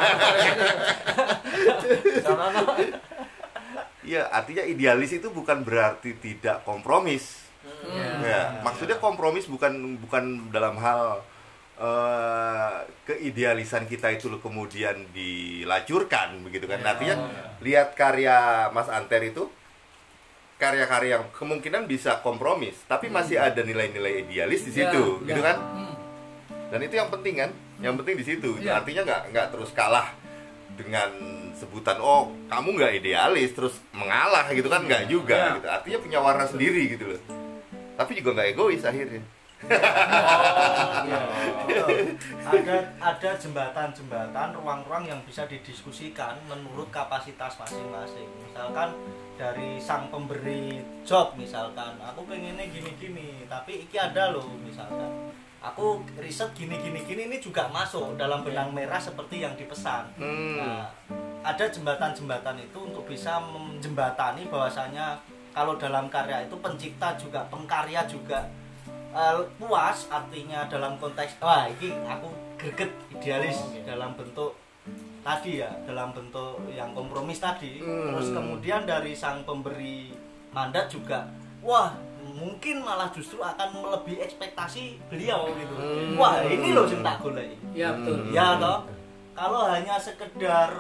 Sono no. Iya, artinya idealis itu bukan berarti tidak kompromis. Hmm. Ya, maksudnya kompromis bukan bukan dalam hal uh, keidealisan kita itu kemudian dilacurkan begitu kan. Ya. Artinya lihat karya Mas Anter itu karya-karya yang kemungkinan bisa kompromis, tapi masih ada nilai-nilai idealis di situ, ya, gitu ya. kan? Dan itu yang penting kan? Yang penting di situ. Ya. Artinya nggak nggak terus kalah dengan sebutan oh kamu nggak idealis terus mengalah gitu kan, nggak juga ya. gitu. Artinya punya warna sendiri gitu loh. Tapi juga nggak egois akhirnya. Oh, iya. ada ada jembatan-jembatan, ruang-ruang yang bisa didiskusikan menurut kapasitas masing-masing. Misalkan dari sang pemberi job, misalkan aku pengennya gini-gini, tapi iki ada loh, misalkan aku riset gini-gini gini ini juga masuk dalam benang merah seperti yang dipesan. Hmm. Nah, ada jembatan-jembatan itu untuk bisa menjembatani bahwasanya kalau dalam karya itu pencipta juga pengkarya juga Uh, puas, artinya dalam konteks wah ini aku greget idealis okay. dalam bentuk tadi ya, dalam bentuk yang kompromis tadi. hmm. Terus kemudian dari sang pemberi mandat juga wah mungkin malah justru akan melebihi ekspektasi beliau gitu. hmm. Wah ini loh yang tak golek. Ya betul. Ya toh, kalau hanya sekedar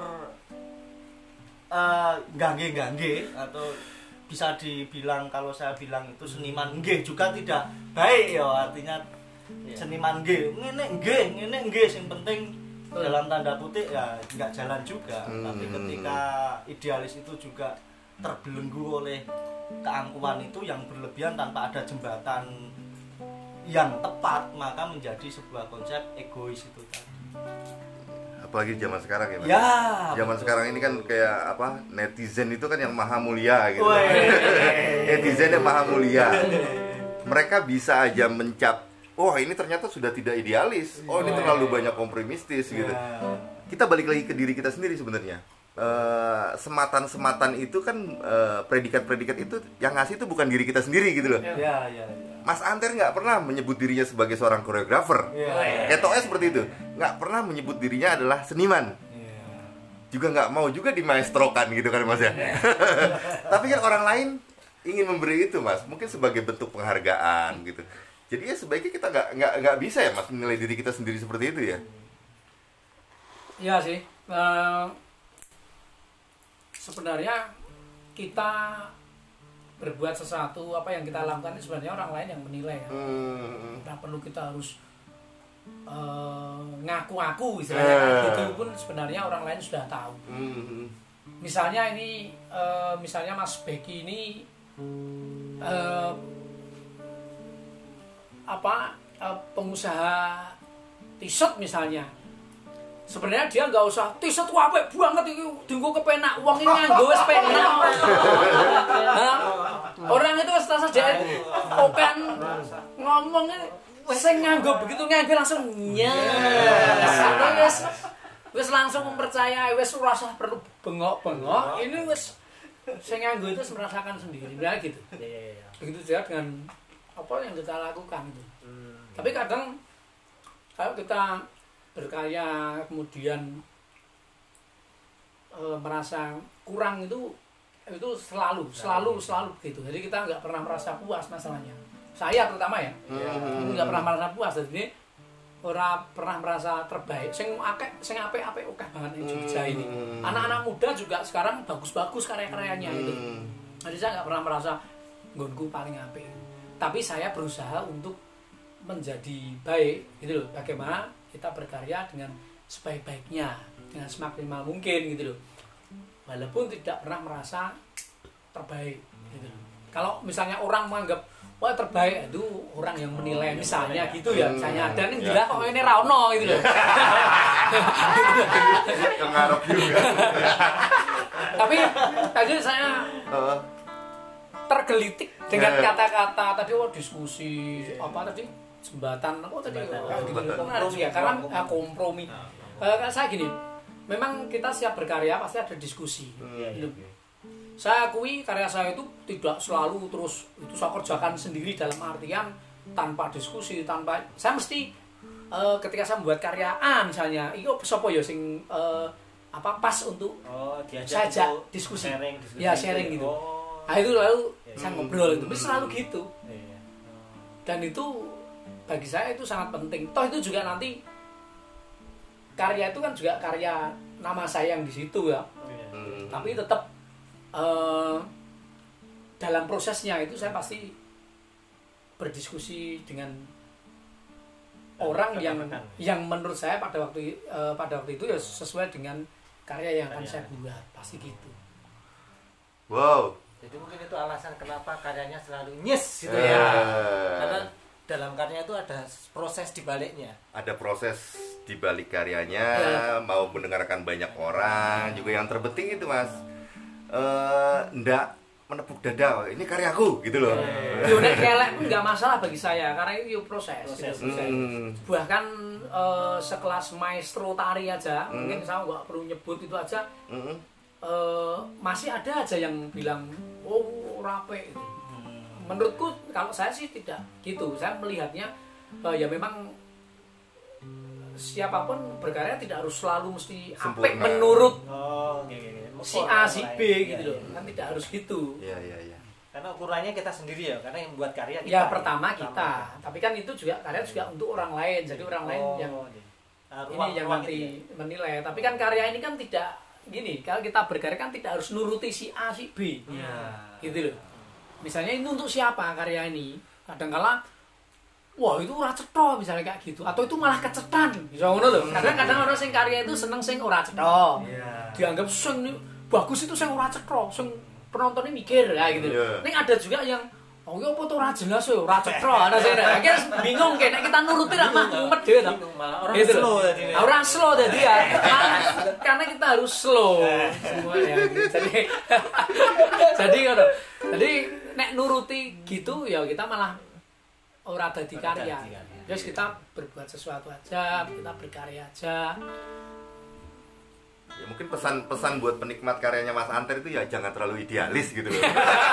uh, gangge-gangge atau bisa dibilang, kalau saya bilang itu seniman nggih juga tidak baik ya, artinya seniman nggih ngene nggih ngene nggih yang penting dalam tanda kutip ya nggak jalan juga. hmm. Tapi ketika idealis itu juga terbelenggu oleh keangkuhan itu yang berlebihan tanpa ada jembatan yang tepat, maka menjadi sebuah konsep egois itu tadi. Apalagi zaman sekarang ya, Mas. Ya, zaman betul. Sekarang ini kan kayak apa, netizen itu kan yang maha mulia gitu. Netizen yang maha mulia. Mereka bisa aja mencap, oh ini ternyata sudah tidak idealis, oh ini terlalu banyak kompromistis gitu. Kita balik lagi ke diri kita sendiri sebenarnya. Uh, sematan-sematan itu kan uh, predikat-predikat itu yang ngasih itu bukan diri kita sendiri gitu loh. Ya, ya, ya. Mas Anter nggak pernah menyebut dirinya sebagai seorang koreografer. Ya. Ketoknya seperti itu, nggak pernah menyebut dirinya adalah seniman. Ya. Juga nggak mau juga dimaestrokan gitu kan Mas ya. Tapi kan orang lain ingin memberi itu Mas, mungkin sebagai bentuk penghargaan gitu. Jadi ya sebaiknya kita nggak nggak nggak bisa ya Mas menilai diri kita sendiri seperti itu ya. Iya sih. Uh... Sebenarnya kita berbuat sesuatu, apa yang kita lakukan ini sebenarnya orang lain yang menilai ya. Hmm. Nah, perlu kita harus uh, ngaku-ngaku istilahnya. Itu pun sebenarnya orang lain sudah tahu. Hmm. Misalnya ini, uh, misalnya Mas Beki ini uh, apa uh, pengusaha t-shirt misalnya. Sebenarnya dia nggak usah t-shirt apik banget iki dienggo kepenak, wong iki nganggo wis penak. Nah, orang itu wis rasa dhek open ngomong wis sing nganggo begitu nganggo langsung nyes. Wis wis langsung mempercayai, wis ora usah perlu bengok-bengok. Ini wis sing nganggo itu merasakan sendiri. Nah gitu. Iya, iya. Begitu juga dengan apa yang kita lakukan itu. Hmm. Tapi kadang kalau kita berkarya kemudian e, merasa kurang itu itu selalu selalu selalu begitu. Jadi kita nggak pernah merasa puas masalahnya. Saya terutama ya nggak hmm. pernah merasa puas. Jadi orang pernah merasa terbaik. Sing akeh sing apik-apik oke banget di Jogja ini. Anak-anak muda juga sekarang bagus-bagus karya-karyanya itu. Jadi saya nggak pernah merasa nggonku paling apik. Tapi saya berusaha untuk menjadi baik gitu loh. Bagaimana kita berkarya dengan sebaik-baiknya, dengan semaksimal mungkin gitu loh. Walaupun tidak pernah merasa terbaik gitu loh. Kalau misalnya orang menganggap wah terbaik itu orang yang menilai misalnya gitu ya. Misalnya ada nih gila kok ini Rauno gitu loh. Ngarep juga. Tapi tadi saya tergelitik dengan kata-kata tadi wah diskusi apa tadi jembatan apa tadi menarik ya karena uh, kompromi. Uh, saya gini, memang kita siap berkarya pasti ada diskusi. Hmm. Saya akui karya saya itu tidak selalu terus itu saya kerjakan sendiri dalam artian tanpa diskusi, tanpa saya mesti uh, ketika saya membuat karya A misalnya, itu sapa ya sing uh, apa pas untuk oh, saya ajak diskusi. Sharing, diskusi ya sharing gitu. Oh. Nah itu lalu ya, saya ngobrol itu, selalu gitu. Ya. Dan itu bagi saya itu sangat penting. Toh itu juga nanti karya itu kan juga karya nama saya yang di situ ya. Hmm. Tapi tetap uh, dalam prosesnya itu saya pasti berdiskusi dengan orang yang yang menurut saya pada waktu uh, pada waktu itu ya sesuai dengan karya yang akan saya buat, pasti gitu. Wow. Jadi mungkin itu alasan kenapa karyanya selalu nyes gitu ya. Karena dalam karya itu ada proses di baliknya. Ada proses di balik karyanya, ya. Mau mendengarkan banyak orang, juga yang terpenting itu Mas. Eh, ndak menepuk dada, ini karyaku gitu loh. Yo nek kelek pun enggak masalah bagi saya karena itu proses. proses, gitu. proses. Hmm. Bahkan uh, sekelas maestro tari aja, hmm. mungkin saya enggak perlu nyebut itu aja. Hmm. Uh, masih ada aja yang bilang oh rapi. Menurutku kalau saya sih tidak gitu. Saya melihatnya uh, ya memang siapapun berkarya tidak harus selalu mesti apik menurut oh, okay, okay. si A si B ya, gitu loh. Ya, ya. Kan tidak harus gitu. Iya iya iya. Karena ukurannya kita sendiri ya, karena yang membuat karya kita. Ya pertama kita, pertama. Tapi kan itu juga karya juga untuk orang lain. Jadi orang oh, lain yang nah, ruang, ini yang nanti ya. Menilai. Tapi kan karya ini kan tidak gini, kalau kita berkarya kan tidak harus nuruti si A si B. Ya. Gitu loh. Misalnya ini untuk siapa karya ini? Kadang-kala wah itu ora cetha misalnya kayak gitu, atau itu malah kecetan bisa ngono lho. Kadang-kadang orang sing karya itu seneng sing ora cetha. Yeah. Dianggap sing bagus itu sing ora cetha, sing penontonnya mikir ya gitu. Yeah. Ning ada juga yang oh ya apa tuh ora jelas ya ora cetha. Ana sing akhirnya bingung kayak kita nuruti ra mah mumet dhewe to. Malah orang gitu. Slow tadi. Ora slow tadi ya. Karena kita harus slow semua ya. Jadi jadi ngono. Jadi nek nuruti gitu ya kita malah ora dadi karya. Terus kita berbuat sesuatu aja, kita berkarya aja. Ya mungkin pesan-pesan buat penikmat karyanya Mas Anter itu ya jangan terlalu idealis gitu loh.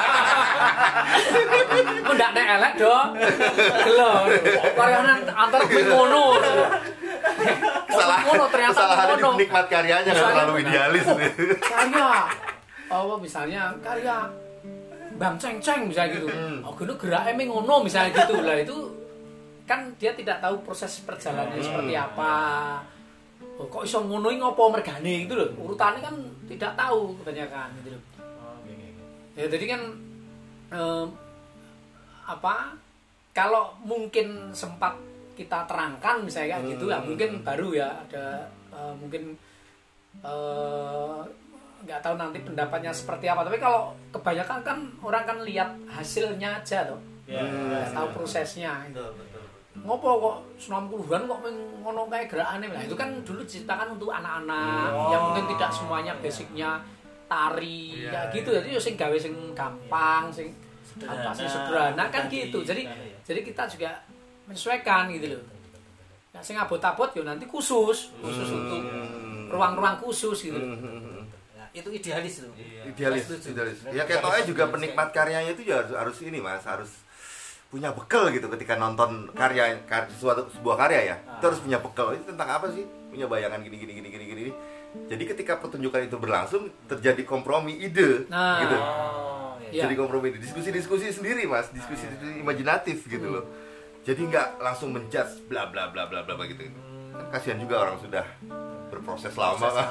Kok ndak nek elek, Dok. Lho, karyane Anter kuwi ngono. Salah. Ngono ternyata ngono. Di penikmat karyanya enggak terlalu idealis. Karya. Oh, misalnya karya Bang Ceng-Ceng misalnya gitu. Hmm. Oh, gini geraknya emang ngono misalnya gitu lah, itu kan dia tidak tahu proses perjalanannya hmm. seperti apa. Oh, kok iso ngono iki ngopo mergane gitu loh. Urutannya kan tidak tahu kebanyakan gitu loh. Oh, okay, okay. Ya jadi kan eh, apa? Kalau mungkin sempat kita terangkan misalnya kayak gitu ya, hmm. mungkin baru ya ada eh, mungkin eh nggak tahu nanti pendapatnya seperti apa, tapi kalau kebanyakan kan orang kan lihat hasilnya aja tuh ya, nggak tahu prosesnya itu. Ngopo kok enam puluhan kok ngono kayak gerakane lah, itu kan dulu diciptakan untuk anak-anak oh. yang mungkin tidak semuanya basicnya tari ya, kayak gitu, jadi yo sing gawe sing gampang sing apa sih sederhana kan gitu, jadi ya. Jadi kita juga menyesuaikan gitu loh. Nah sing abot-abot yo nanti khusus khusus hmm. untuk ruang-ruang khusus gitu loh. Itu idealis loh. Idealis, idealis. Ya kayak tohnya juga penikmat karyanya itu ya harus, harus ini Mas, harus punya bekal gitu ketika nonton karya, karya suatu sebuah karya ya. Ah. Itu harus punya bekal. Itu tentang apa sih? Punya bayangan gini gini gini gini gini. Jadi ketika pertunjukan itu berlangsung terjadi kompromi ide nah. gitu. Oh, iya. Jadi kompromi ide, diskusi-diskusi sendiri Mas, diskusi-diskusi imajinatif gitu loh. Jadi nggak langsung menjudge bla bla bla bla bla gitu. Kan kasihan juga orang sudah berproses lama kan.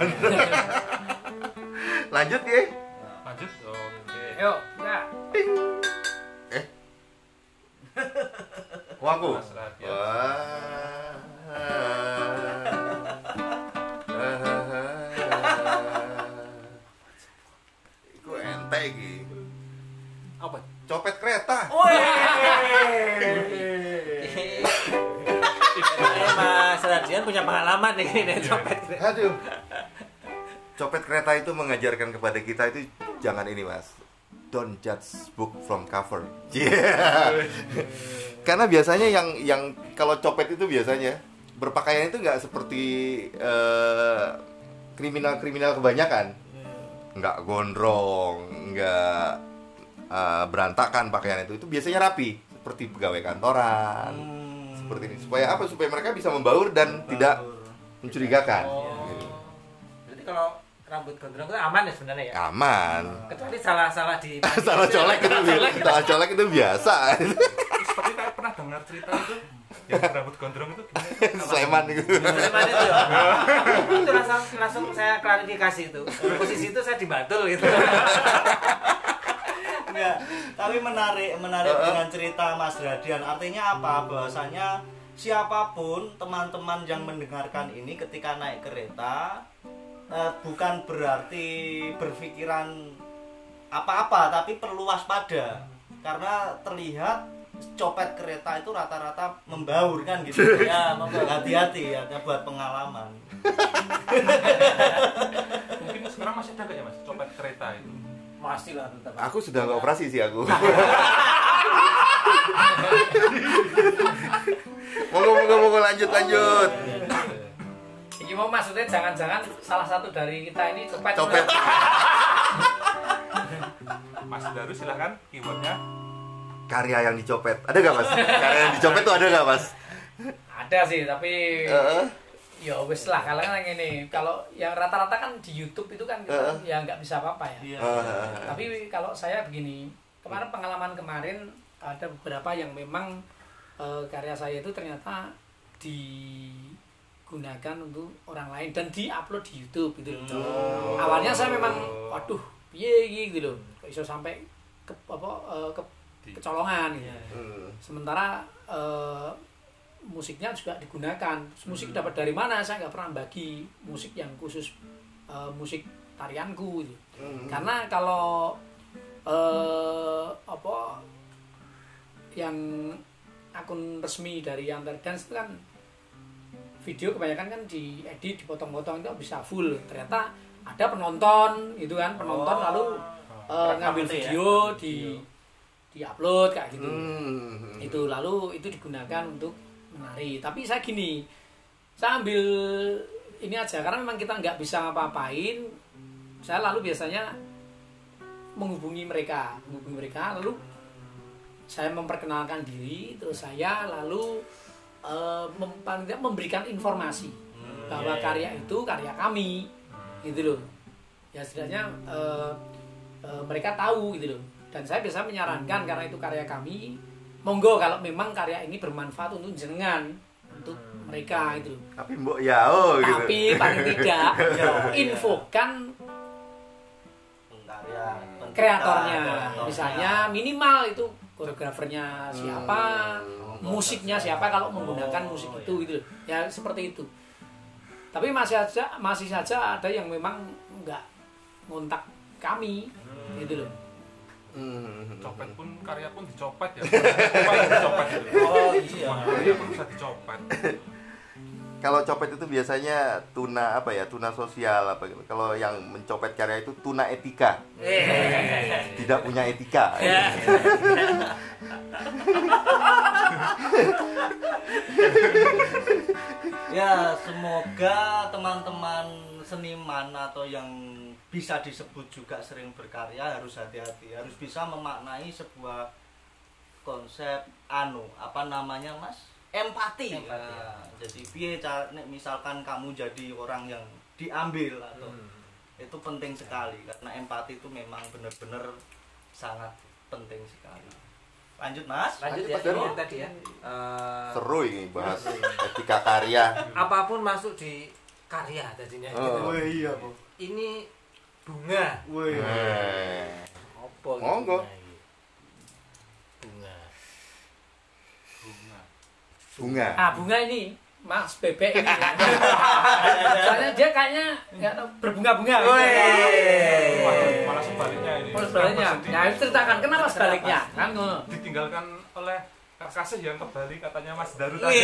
Lanjut ya. Lanjut. Oke. Yuk, enggak. Eh. Waku. Wah. Iku ente iki. Apa? Copet kereta. Oh. Mas Radian punya pengalaman nih nih copet kereta. Aduh. Copet kereta itu mengajarkan kepada kita itu jangan ini Mas, don't judge book from cover. Yeah. Karena biasanya yang yang kalau copet itu biasanya berpakaian itu nggak seperti uh, kriminal-kriminal kebanyakan, nggak gondrong, nggak uh, berantakan pakaian itu. Itu biasanya rapi, seperti pegawai kantoran, hmm. seperti ini. Supaya apa? Supaya mereka bisa membaur dan membaur. Tidak mencurigakan. Oh. Gitu. Berarti kalau rambut gondrong itu aman ya sebenarnya ya? Aman. Kecuali salah-salah di salah colek itu, salah colek itu biasa. Seperti kayak pernah dengar cerita itu yang rambut gondrong itu gimana? Sleman itu. Sleman itu. Itu langsung langsung saya klarifikasi itu. Posisi itu saya dibantul gitu. Enggak, tapi menarik menarik uh -uh. dengan cerita Mas Radian. Artinya apa? Bahwasanya siapapun teman-teman yang mendengarkan ini ketika naik kereta eh, bukan berarti berpikiran apa-apa, tapi perlu waspada karena terlihat copet kereta itu rata-rata membaur kan gitu. Ya, hati-hati ya, buat pengalaman. Mungkin sekarang masih ada gak ya Mas copet kereta itu? Masih lah tetap. Aku sudah nggak operasi sih aku. Moga moga moga lanjut lanjut. Ini mau maksudnya jangan-jangan salah satu dari kita ini copet. Copet. Mas Daru silakan keyboardnya. Karya yang dicopet, ada nggak Mas? Karya yang dicopet tuh ada nggak Mas? Ada sih, tapi uh. ya wes lah kalau yang ini, kalau yang rata-rata kan di YouTube itu kan kita uh. ya nggak bisa apa-apa ya. Uh. Tapi kalau saya begini, kemarin pengalaman kemarin ada beberapa yang memang uh, karya saya itu ternyata digunakan untuk orang lain dan diupload di YouTube gitu loh. Oh. Awalnya saya memang, waduh, piye gitu loh, kok iso sampai ke apa uh, ke kecolongan gitu. Hmm. Sementara uh, musiknya juga digunakan. Musik hmm. dapat dari mana? Saya nggak pernah bagi musik yang khusus uh, musik tarianku gitu. Hmm. Karena kalau uh, apa yang akun resmi dari Antar Dance itu kan video kebanyakan kan diedit, dipotong-potong itu bisa full. Ternyata ada penonton gitu kan, penonton oh. lalu uh, ngambil video ya? di di-upload kayak gitu. Hmm. Itu lalu itu digunakan untuk menari. Tapi saya gini, saya ambil ini aja karena memang kita nggak bisa ngapa-ngapain. Saya lalu biasanya menghubungi mereka, menghubungi mereka lalu saya memperkenalkan diri, terus saya lalu uh, mem- memberikan informasi hmm, bahwa yeah, karya yeah. itu karya kami, gitu loh. Ya setidaknya uh, uh, mereka tahu gitu loh. Dan saya biasa menyarankan karena itu karya kami, monggo kalau memang karya ini bermanfaat untuk jenengan, untuk mereka itu. Tapi mbok ya oh gitu. Tapi paling tidak infokan karya kreatornya, misalnya minimal itu koreografernya siapa, hmm. musiknya siapa kalau menggunakan musik itu gitu. Ya seperti itu. Tapi masih saja masih saja ada yang memang enggak ngontak kami gitu loh. Hmm. Copet pun karya pun dicopet ya. Dicopet gitu. Oh iya. Karya pun bisa dicopet. Kalau copet itu biasanya tuna apa ya? Tuna sosial apa gitu. Kalau yang mencopet karya itu tuna etika. Tidak punya etika. Ya, semoga teman-teman seniman atau yang bisa disebut juga sering berkarya harus hati-hati, harus bisa memaknai sebuah konsep anu apa namanya Mas empati, empati ya. Ya. Jadi piye misalkan kamu jadi orang yang diambil atau hmm. itu penting sekali karena empati itu memang benar-benar sangat penting sekali. Lanjut Mas, lanjut, lanjut ya, ya tadi ya. Uh, seru ini bahas etika karya. Apapun masuk di karya tadinya. Oh, oh iya Bu. Ini bunga. Woi. Apa gitu? Monggo. Bunga. Bunga. Bunga. Ah, bunga ini Mas Bebek ini. Soalnya dia kayaknya enggak tahu berbunga-bunga. Woi. Malah sebaliknya ini. Malah sebaliknya. Nah, itu ceritakan kenapa sebaliknya? Kan ngono. Ditinggalkan oleh kasih yang kembali katanya Mas Daru tadi.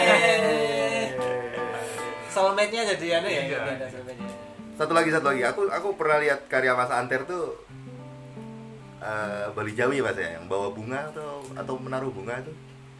Soulmate-nya jadi anu ya. Iya. Satu lagi, satu lagi. Aku aku pernah lihat karya Mas Anter tuh uh, Bali Jawi Mas ya, yang bawa bunga atau atau menaruh bunga tuh.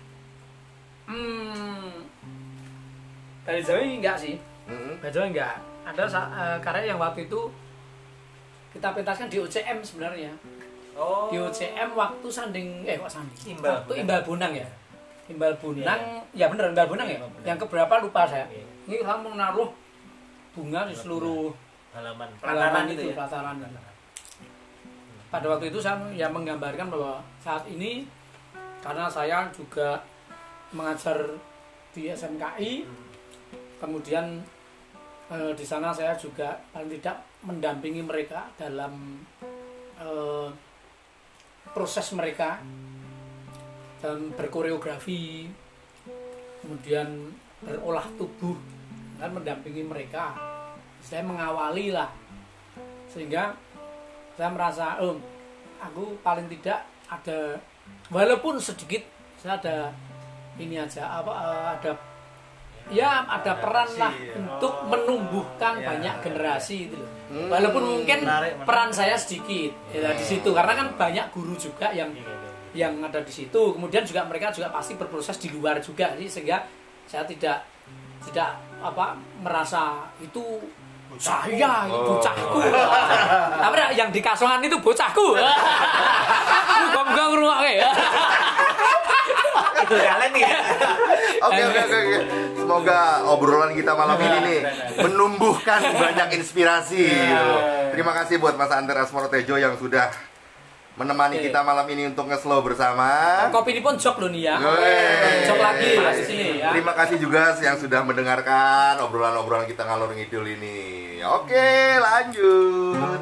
Hmm. Bali Jawi enggak sih? Mm-hmm. Bali Jawi enggak. Ada uh, karya yang waktu itu kita pentaskan di O C M sebenarnya. Oh. Di O C M waktu sanding eh kok sanding. Imbal. Waktu Imbal Bonang ya. Imbal Bonang, ya, ya bener Imbal Bonang ya. Yang keberapa lupa saya. Ini kamu menaruh bunga di seluruh halaman halaman itu, ya? Pelataran. Pada waktu itu saya ya menggambarkan bahwa saat ini karena saya juga mengajar di S M K I, kemudian eh, di sana saya juga paling tidak mendampingi mereka dalam eh, proses mereka dan berkoreografi, kemudian berolah tubuh, dan mendampingi mereka. Saya mengawali lah, sehingga saya merasa, oh, aku paling tidak ada, walaupun sedikit, saya ada ini aja, apa ada, ya ada peran lah untuk menumbuhkan banyak generasi itu. Walaupun mungkin peran saya sedikit ya, di situ, karena kan banyak guru juga yang yang ada di situ. Kemudian juga mereka juga pasti berproses di luar juga sih, sehingga saya tidak tidak apa merasa itu saya itu bocahku. Tapi yang di Kasongan itu bocahku. Gong-gong ruwake ya. Itu kalian nih. Oke oke oke. Semoga obrolan kita malam ini nih menumbuhkan banyak inspirasi. Terima kasih buat Mas Anter Asmoro Tejo yang sudah menemani okay. kita malam ini untuk nge-slow bersama. Kopi ini pun jok loh nih ya. Jok lagi di sini ya. Terima kasih juga yang sudah mendengarkan obrolan-obrolan kita ngalor ngidul ini. Oke, lanjut.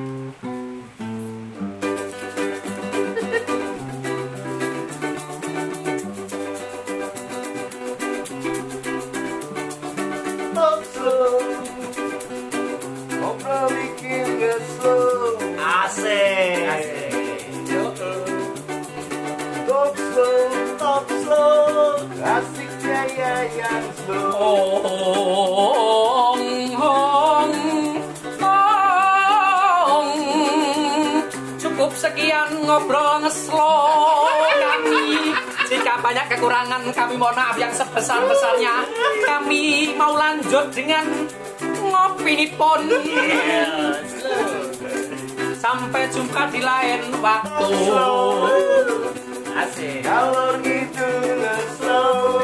Ngobrol bikin nge-slow. Asik. Asik. Top slow, top slow, asiknya ya yang slow. Ong, ong, ong. Cukup sekian ngobrol nge-slow kami. Jika banyak kekurangan kami mohon maaf yang sebesar-besarnya. Kami mau lanjut dengan ngopi nipon. Sampai jumpa di lain waktu. Asik. Kalau gitu nge-slow.